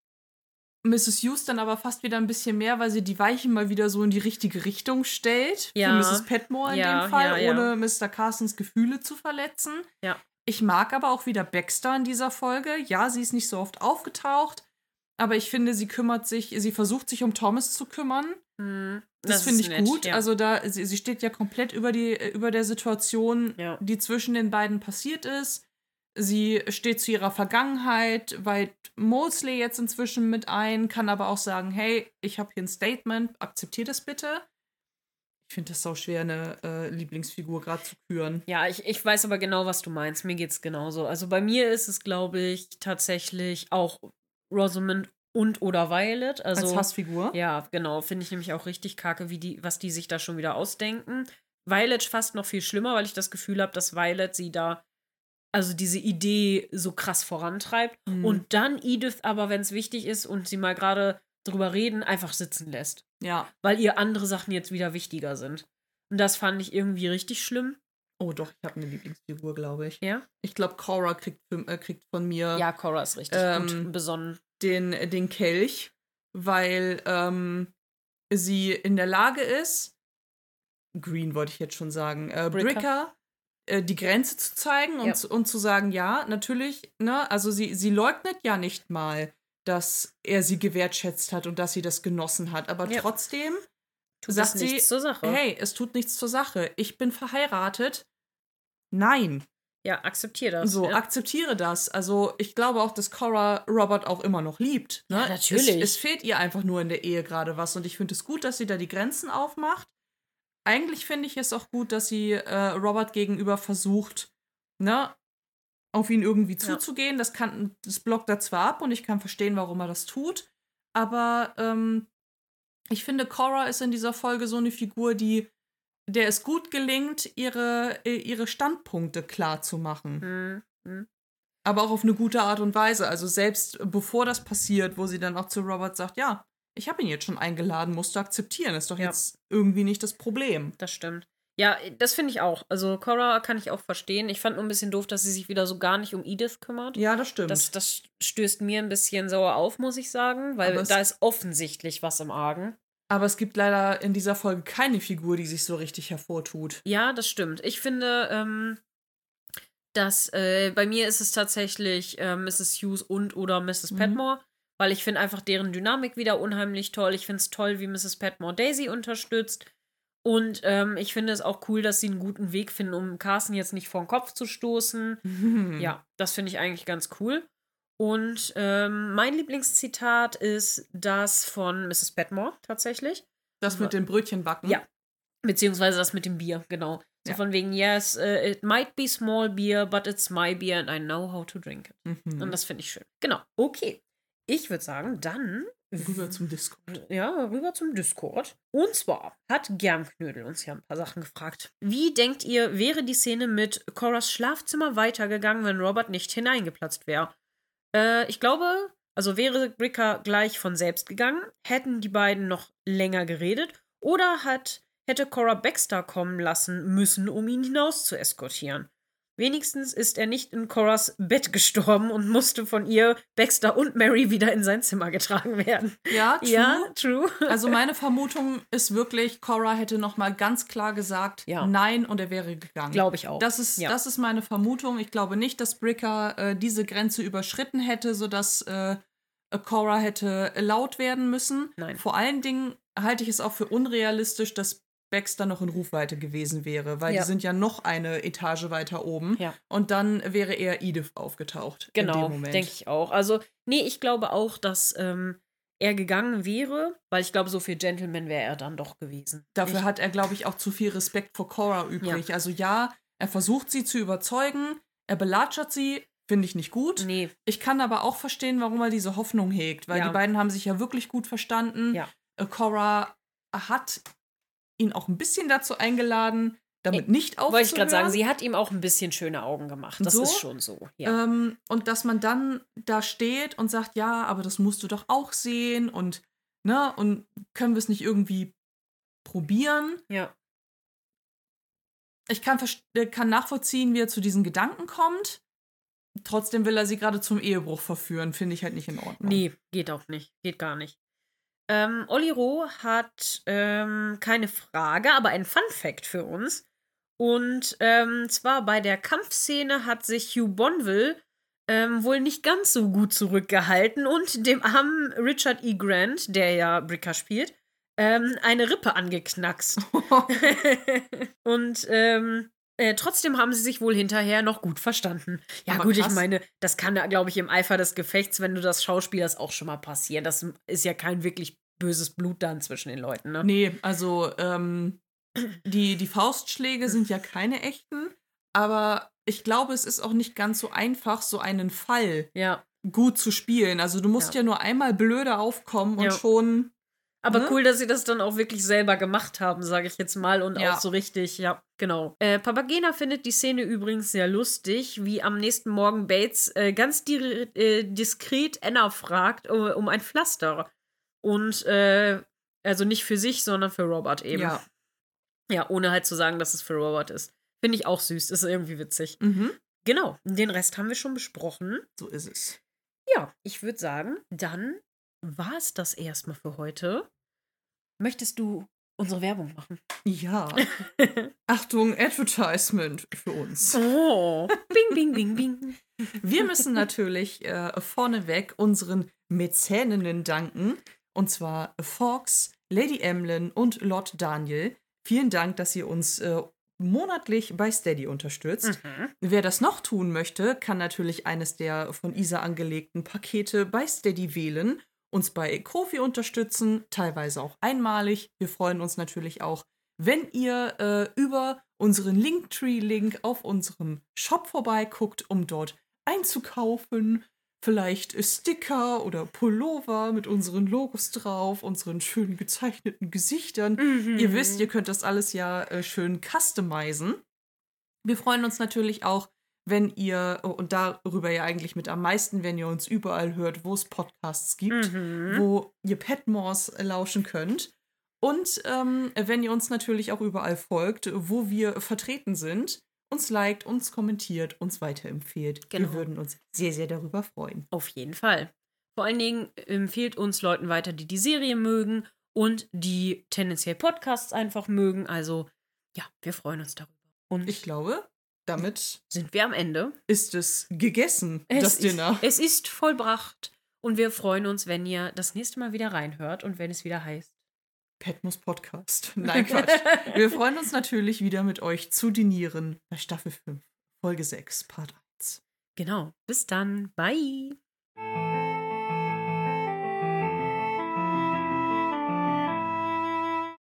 Misses Hughes dann aber fast wieder ein bisschen mehr, weil sie die Weichen mal wieder so in die richtige Richtung stellt. Ja. Für Misses Petmore in Ja, dem Fall, ja, ja. ohne Mister Carsons Gefühle zu verletzen. Ja. Ich mag aber auch wieder Baxter in dieser Folge. Ja, sie ist nicht so oft aufgetaucht, aber ich finde, sie kümmert sich, sie versucht sich um Thomas zu kümmern. Hm, Das, ist finde ich nett, gut. Ja. Also da, sie, sie steht ja komplett über die, über der Situation, Ja. die zwischen den beiden passiert ist. Sie steht zu ihrer Vergangenheit, weiht Molesley jetzt inzwischen mit ein, kann aber auch sagen, hey, ich habe hier ein Statement, akzeptiert das bitte. Ich finde das so schwer, eine äh, Lieblingsfigur gerade zu küren. Ja, ich, ich weiß aber genau, was du meinst. Mir geht's genauso. Also bei mir ist es, glaube ich, tatsächlich auch Rosamund und oder Violet. Also, Als Hassfigur. Ja, genau. Finde ich nämlich auch richtig kacke, wie die, was die sich da schon wieder ausdenken. Violet fast noch viel schlimmer, weil ich das Gefühl habe, dass Violet sie da, also diese Idee so krass vorantreibt. Mhm. Und dann Edith aber, wenn es wichtig ist und sie mal gerade drüber reden, einfach sitzen lässt. Ja. Weil ihr andere Sachen jetzt wieder wichtiger sind. Und das fand ich irgendwie richtig schlimm. Oh doch, ich habe eine Lieblingsfigur, glaube ich. Ja? Ich glaube, Cora kriegt, äh, kriegt von mir Ja, Cora ist richtig Ähm, gut besonnen. den, den Kelch, weil ähm, sie in der Lage ist, Green wollte ich jetzt schon sagen, äh, Bricker. Bricker, äh, die Grenze zu zeigen und, Ja. zu, und zu sagen, ja, natürlich, ne, also sie, sie leugnet ja nicht mal, dass er sie gewertschätzt hat und dass sie das genossen hat, aber Ja. trotzdem Tut sagt das sie, nichts zur Sache. hey, es tut nichts zur Sache, ich bin verheiratet. Nein. Ja, akzeptier das. So, ja. akzeptiere das. Also, ich glaube auch, dass Cora Robert auch immer noch liebt. Ne? Ja, natürlich. Es, es fehlt ihr einfach nur in der Ehe gerade was. Und ich finde es gut, dass sie da die Grenzen aufmacht. Eigentlich finde ich es auch gut, dass sie äh, Robert gegenüber versucht, ne, auf ihn irgendwie Ja. zuzugehen. Das kann, das blockt er zwar ab und ich kann verstehen, warum er das tut. Aber ähm, ich finde, Cora ist in dieser Folge so eine Figur, die der es gut gelingt, ihre, ihre Standpunkte klar zu machen. Hm, hm. Aber auch auf eine gute Art und Weise. Also selbst bevor das passiert, wo sie dann auch zu Robert sagt, ja, ich habe ihn jetzt schon eingeladen, musst du akzeptieren. Ist doch Ja. jetzt irgendwie nicht das Problem. Das stimmt. Ja, das finde ich auch. Also Cora kann ich auch verstehen. Ich fand nur ein bisschen doof, dass sie sich wieder so gar nicht um Edith kümmert. Ja, das stimmt. Das, das stößt mir ein bisschen sauer auf, muss ich sagen, weil Aber es- da ist offensichtlich was im Argen. Aber es gibt leider in dieser Folge keine Figur, die sich so richtig hervortut. Ja, das stimmt. Ich finde, ähm, dass äh, bei mir ist es tatsächlich äh, Misses Hughes und oder Misses Mhm. Petmore, weil ich finde einfach deren Dynamik wieder unheimlich toll. Ich finde es toll, wie Misses Petmore Daisy unterstützt. Und ähm, ich finde es auch cool, dass sie einen guten Weg finden, um Carson jetzt nicht vor den Kopf zu stoßen. Mhm. Ja, das finde ich eigentlich ganz cool. Und ähm, mein Lieblingszitat ist das von Misses Petmore tatsächlich. Das mit den Brötchenbacken. Ja. Beziehungsweise das mit dem Bier, genau. So Ja. von wegen, yes, uh, it might be small beer, but it's my beer and I know how to drink it. Mhm. Und das finde ich schön. Genau, okay. Ich würde sagen, dann Rüber zum Discord. ja, rüber zum Discord. Und zwar hat Germknödel uns ja ein paar Sachen gefragt. Wie denkt ihr, wäre die Szene mit Coras Schlafzimmer weitergegangen, wenn Robert nicht hineingeplatzt wäre? Äh, ich glaube, also wäre Bricker gleich von selbst gegangen, hätten die beiden noch länger geredet oder hat, hätte Cora Baxter kommen lassen müssen, um ihn hinaus zu eskortieren. Wenigstens ist er nicht in Coras Bett gestorben und musste von ihr, Baxter und Mary wieder in sein Zimmer getragen werden. Ja, true. Ja, true. Also meine Vermutung ist wirklich, Cora hätte noch mal ganz klar gesagt, Ja. nein, und er wäre gegangen. Glaube ich auch. Das ist, Ja. das ist meine Vermutung. Ich glaube nicht, dass Bricker äh, diese Grenze überschritten hätte, sodass äh, Cora hätte laut werden müssen. Nein. Vor allen Dingen halte ich es auch für unrealistisch, dass Baxter noch in Rufweite gewesen wäre, weil Ja. die sind ja noch eine Etage weiter oben. Ja. Und dann wäre eher Edith aufgetaucht in dem Genau, Moment. denke ich auch. Also, nee, ich glaube auch, dass ähm, er gegangen wäre, weil ich glaube, so viel Gentleman wäre er dann doch gewesen. Dafür ich, hat er, glaube ich, auch zu viel Respekt vor Cora übrig. Also ja, er versucht sie zu überzeugen, er belatschert sie, finde ich nicht gut. Nee, Ich kann aber auch verstehen, warum er diese Hoffnung hegt, weil Ja. die beiden haben sich ja wirklich gut verstanden. Ja. Äh, Cora hat ihn auch ein bisschen dazu eingeladen, damit nicht aufzuhören. wollte ich gerade sagen, sie hat ihm auch ein bisschen schöne Augen gemacht. Das So? ist schon so. Ja. Ähm, und dass man dann da steht und sagt, ja, aber das musst du doch auch sehen und, ne, und können wir es nicht irgendwie probieren? ja. Ich kann, vers- äh, kann nachvollziehen, wie er zu diesen Gedanken kommt. Trotzdem will er sie gerade zum Ehebruch verführen. Finde ich halt nicht in Ordnung. Nee, geht auch nicht. Geht gar nicht. Ähm, Olli Roh hat ähm, keine Frage, aber ein Fun-Fact für uns. Und ähm, zwar bei der Kampfszene hat sich Hugh Bonville ähm, wohl nicht ganz so gut zurückgehalten und dem armen Richard E. Grant, der ja Bricker spielt, ähm, eine Rippe angeknackst. Und ähm, äh, trotzdem haben sie sich wohl hinterher noch gut verstanden. Ja, Aber gut, krass. ich meine, das kann, glaube ich, im Eifer des Gefechts, wenn du das Schauspielers, auch schon mal passieren. Das ist ja kein wirklich böses Blut dann zwischen den Leuten, ne? Nee, also ähm, die, die Faustschläge sind ja keine echten, aber ich glaube, es ist auch nicht ganz so einfach, so einen Fall Ja. gut zu spielen. Also du musst Ja. ja, nur einmal blöde aufkommen und Ja. schon. Aber Ne? cool, dass sie das dann auch wirklich selber gemacht haben, sage ich jetzt mal. Und Ja. auch so richtig, ja, genau. Äh, Papagena findet die Szene übrigens sehr lustig, wie am nächsten Morgen Bates äh, ganz di äh, diskret Anna fragt äh, um ein Pflaster. Und, äh, also nicht für sich, sondern für Robert eben. Ja. Ja, ohne halt zu sagen, dass es für Robert ist. Finde ich auch süß, ist irgendwie witzig. Mhm. Genau, den Rest haben wir schon besprochen. So ist es. Ja, ich würde sagen, dann war es das erstmal für heute. Möchtest du unsere Werbung machen? Ja. Achtung, Advertisement für uns. Oh, bing, bing, bing, bing. Wir müssen natürlich äh, vorneweg unseren Mäzeninnen danken. Und zwar Fox, Lady Emlyn und Lord Daniel. Vielen Dank, dass ihr uns äh, monatlich bei Steady unterstützt. Mhm. Wer das noch tun möchte, kann natürlich eines der von Isa angelegten Pakete bei Steady wählen, uns bei Ko-fi unterstützen, teilweise auch einmalig. Wir freuen uns natürlich auch, wenn ihr äh, über unseren Linktree-Link auf unserem Shop vorbeiguckt, um dort einzukaufen. vielleicht Sticker oder Pullover mit unseren Logos drauf, unseren schön gezeichneten Gesichtern. Mhm. Ihr wisst, ihr könnt das alles ja äh, schön customizen. Wir freuen uns natürlich auch, wenn ihr, und darüber ja eigentlich mit am meisten, wenn ihr uns überall hört, wo es Podcasts gibt, Mhm. wo ihr Petmores lauschen könnt. Und ähm, wenn ihr uns natürlich auch überall folgt, wo wir vertreten sind, uns liked, uns kommentiert, uns weiterempfehlt. Genau. Wir würden uns sehr, sehr darüber freuen. Auf jeden Fall. Vor allen Dingen empfehlt uns Leuten weiter, die die Serie mögen und die tendenziell Podcasts einfach mögen. Also, ja, wir freuen uns darüber. Und Ich glaube, damit sind wir am Ende. ist es gegessen, Es das Dinner. Ist, es ist vollbracht. Und wir freuen uns, wenn ihr das nächste Mal wieder reinhört und wenn es wieder heißt. Petmos Podcast. Nein, Quatsch. Wir freuen uns natürlich wieder mit euch zu dinieren bei Staffel fünf, Folge sechs, Part eins. Genau. Bis dann. Bye.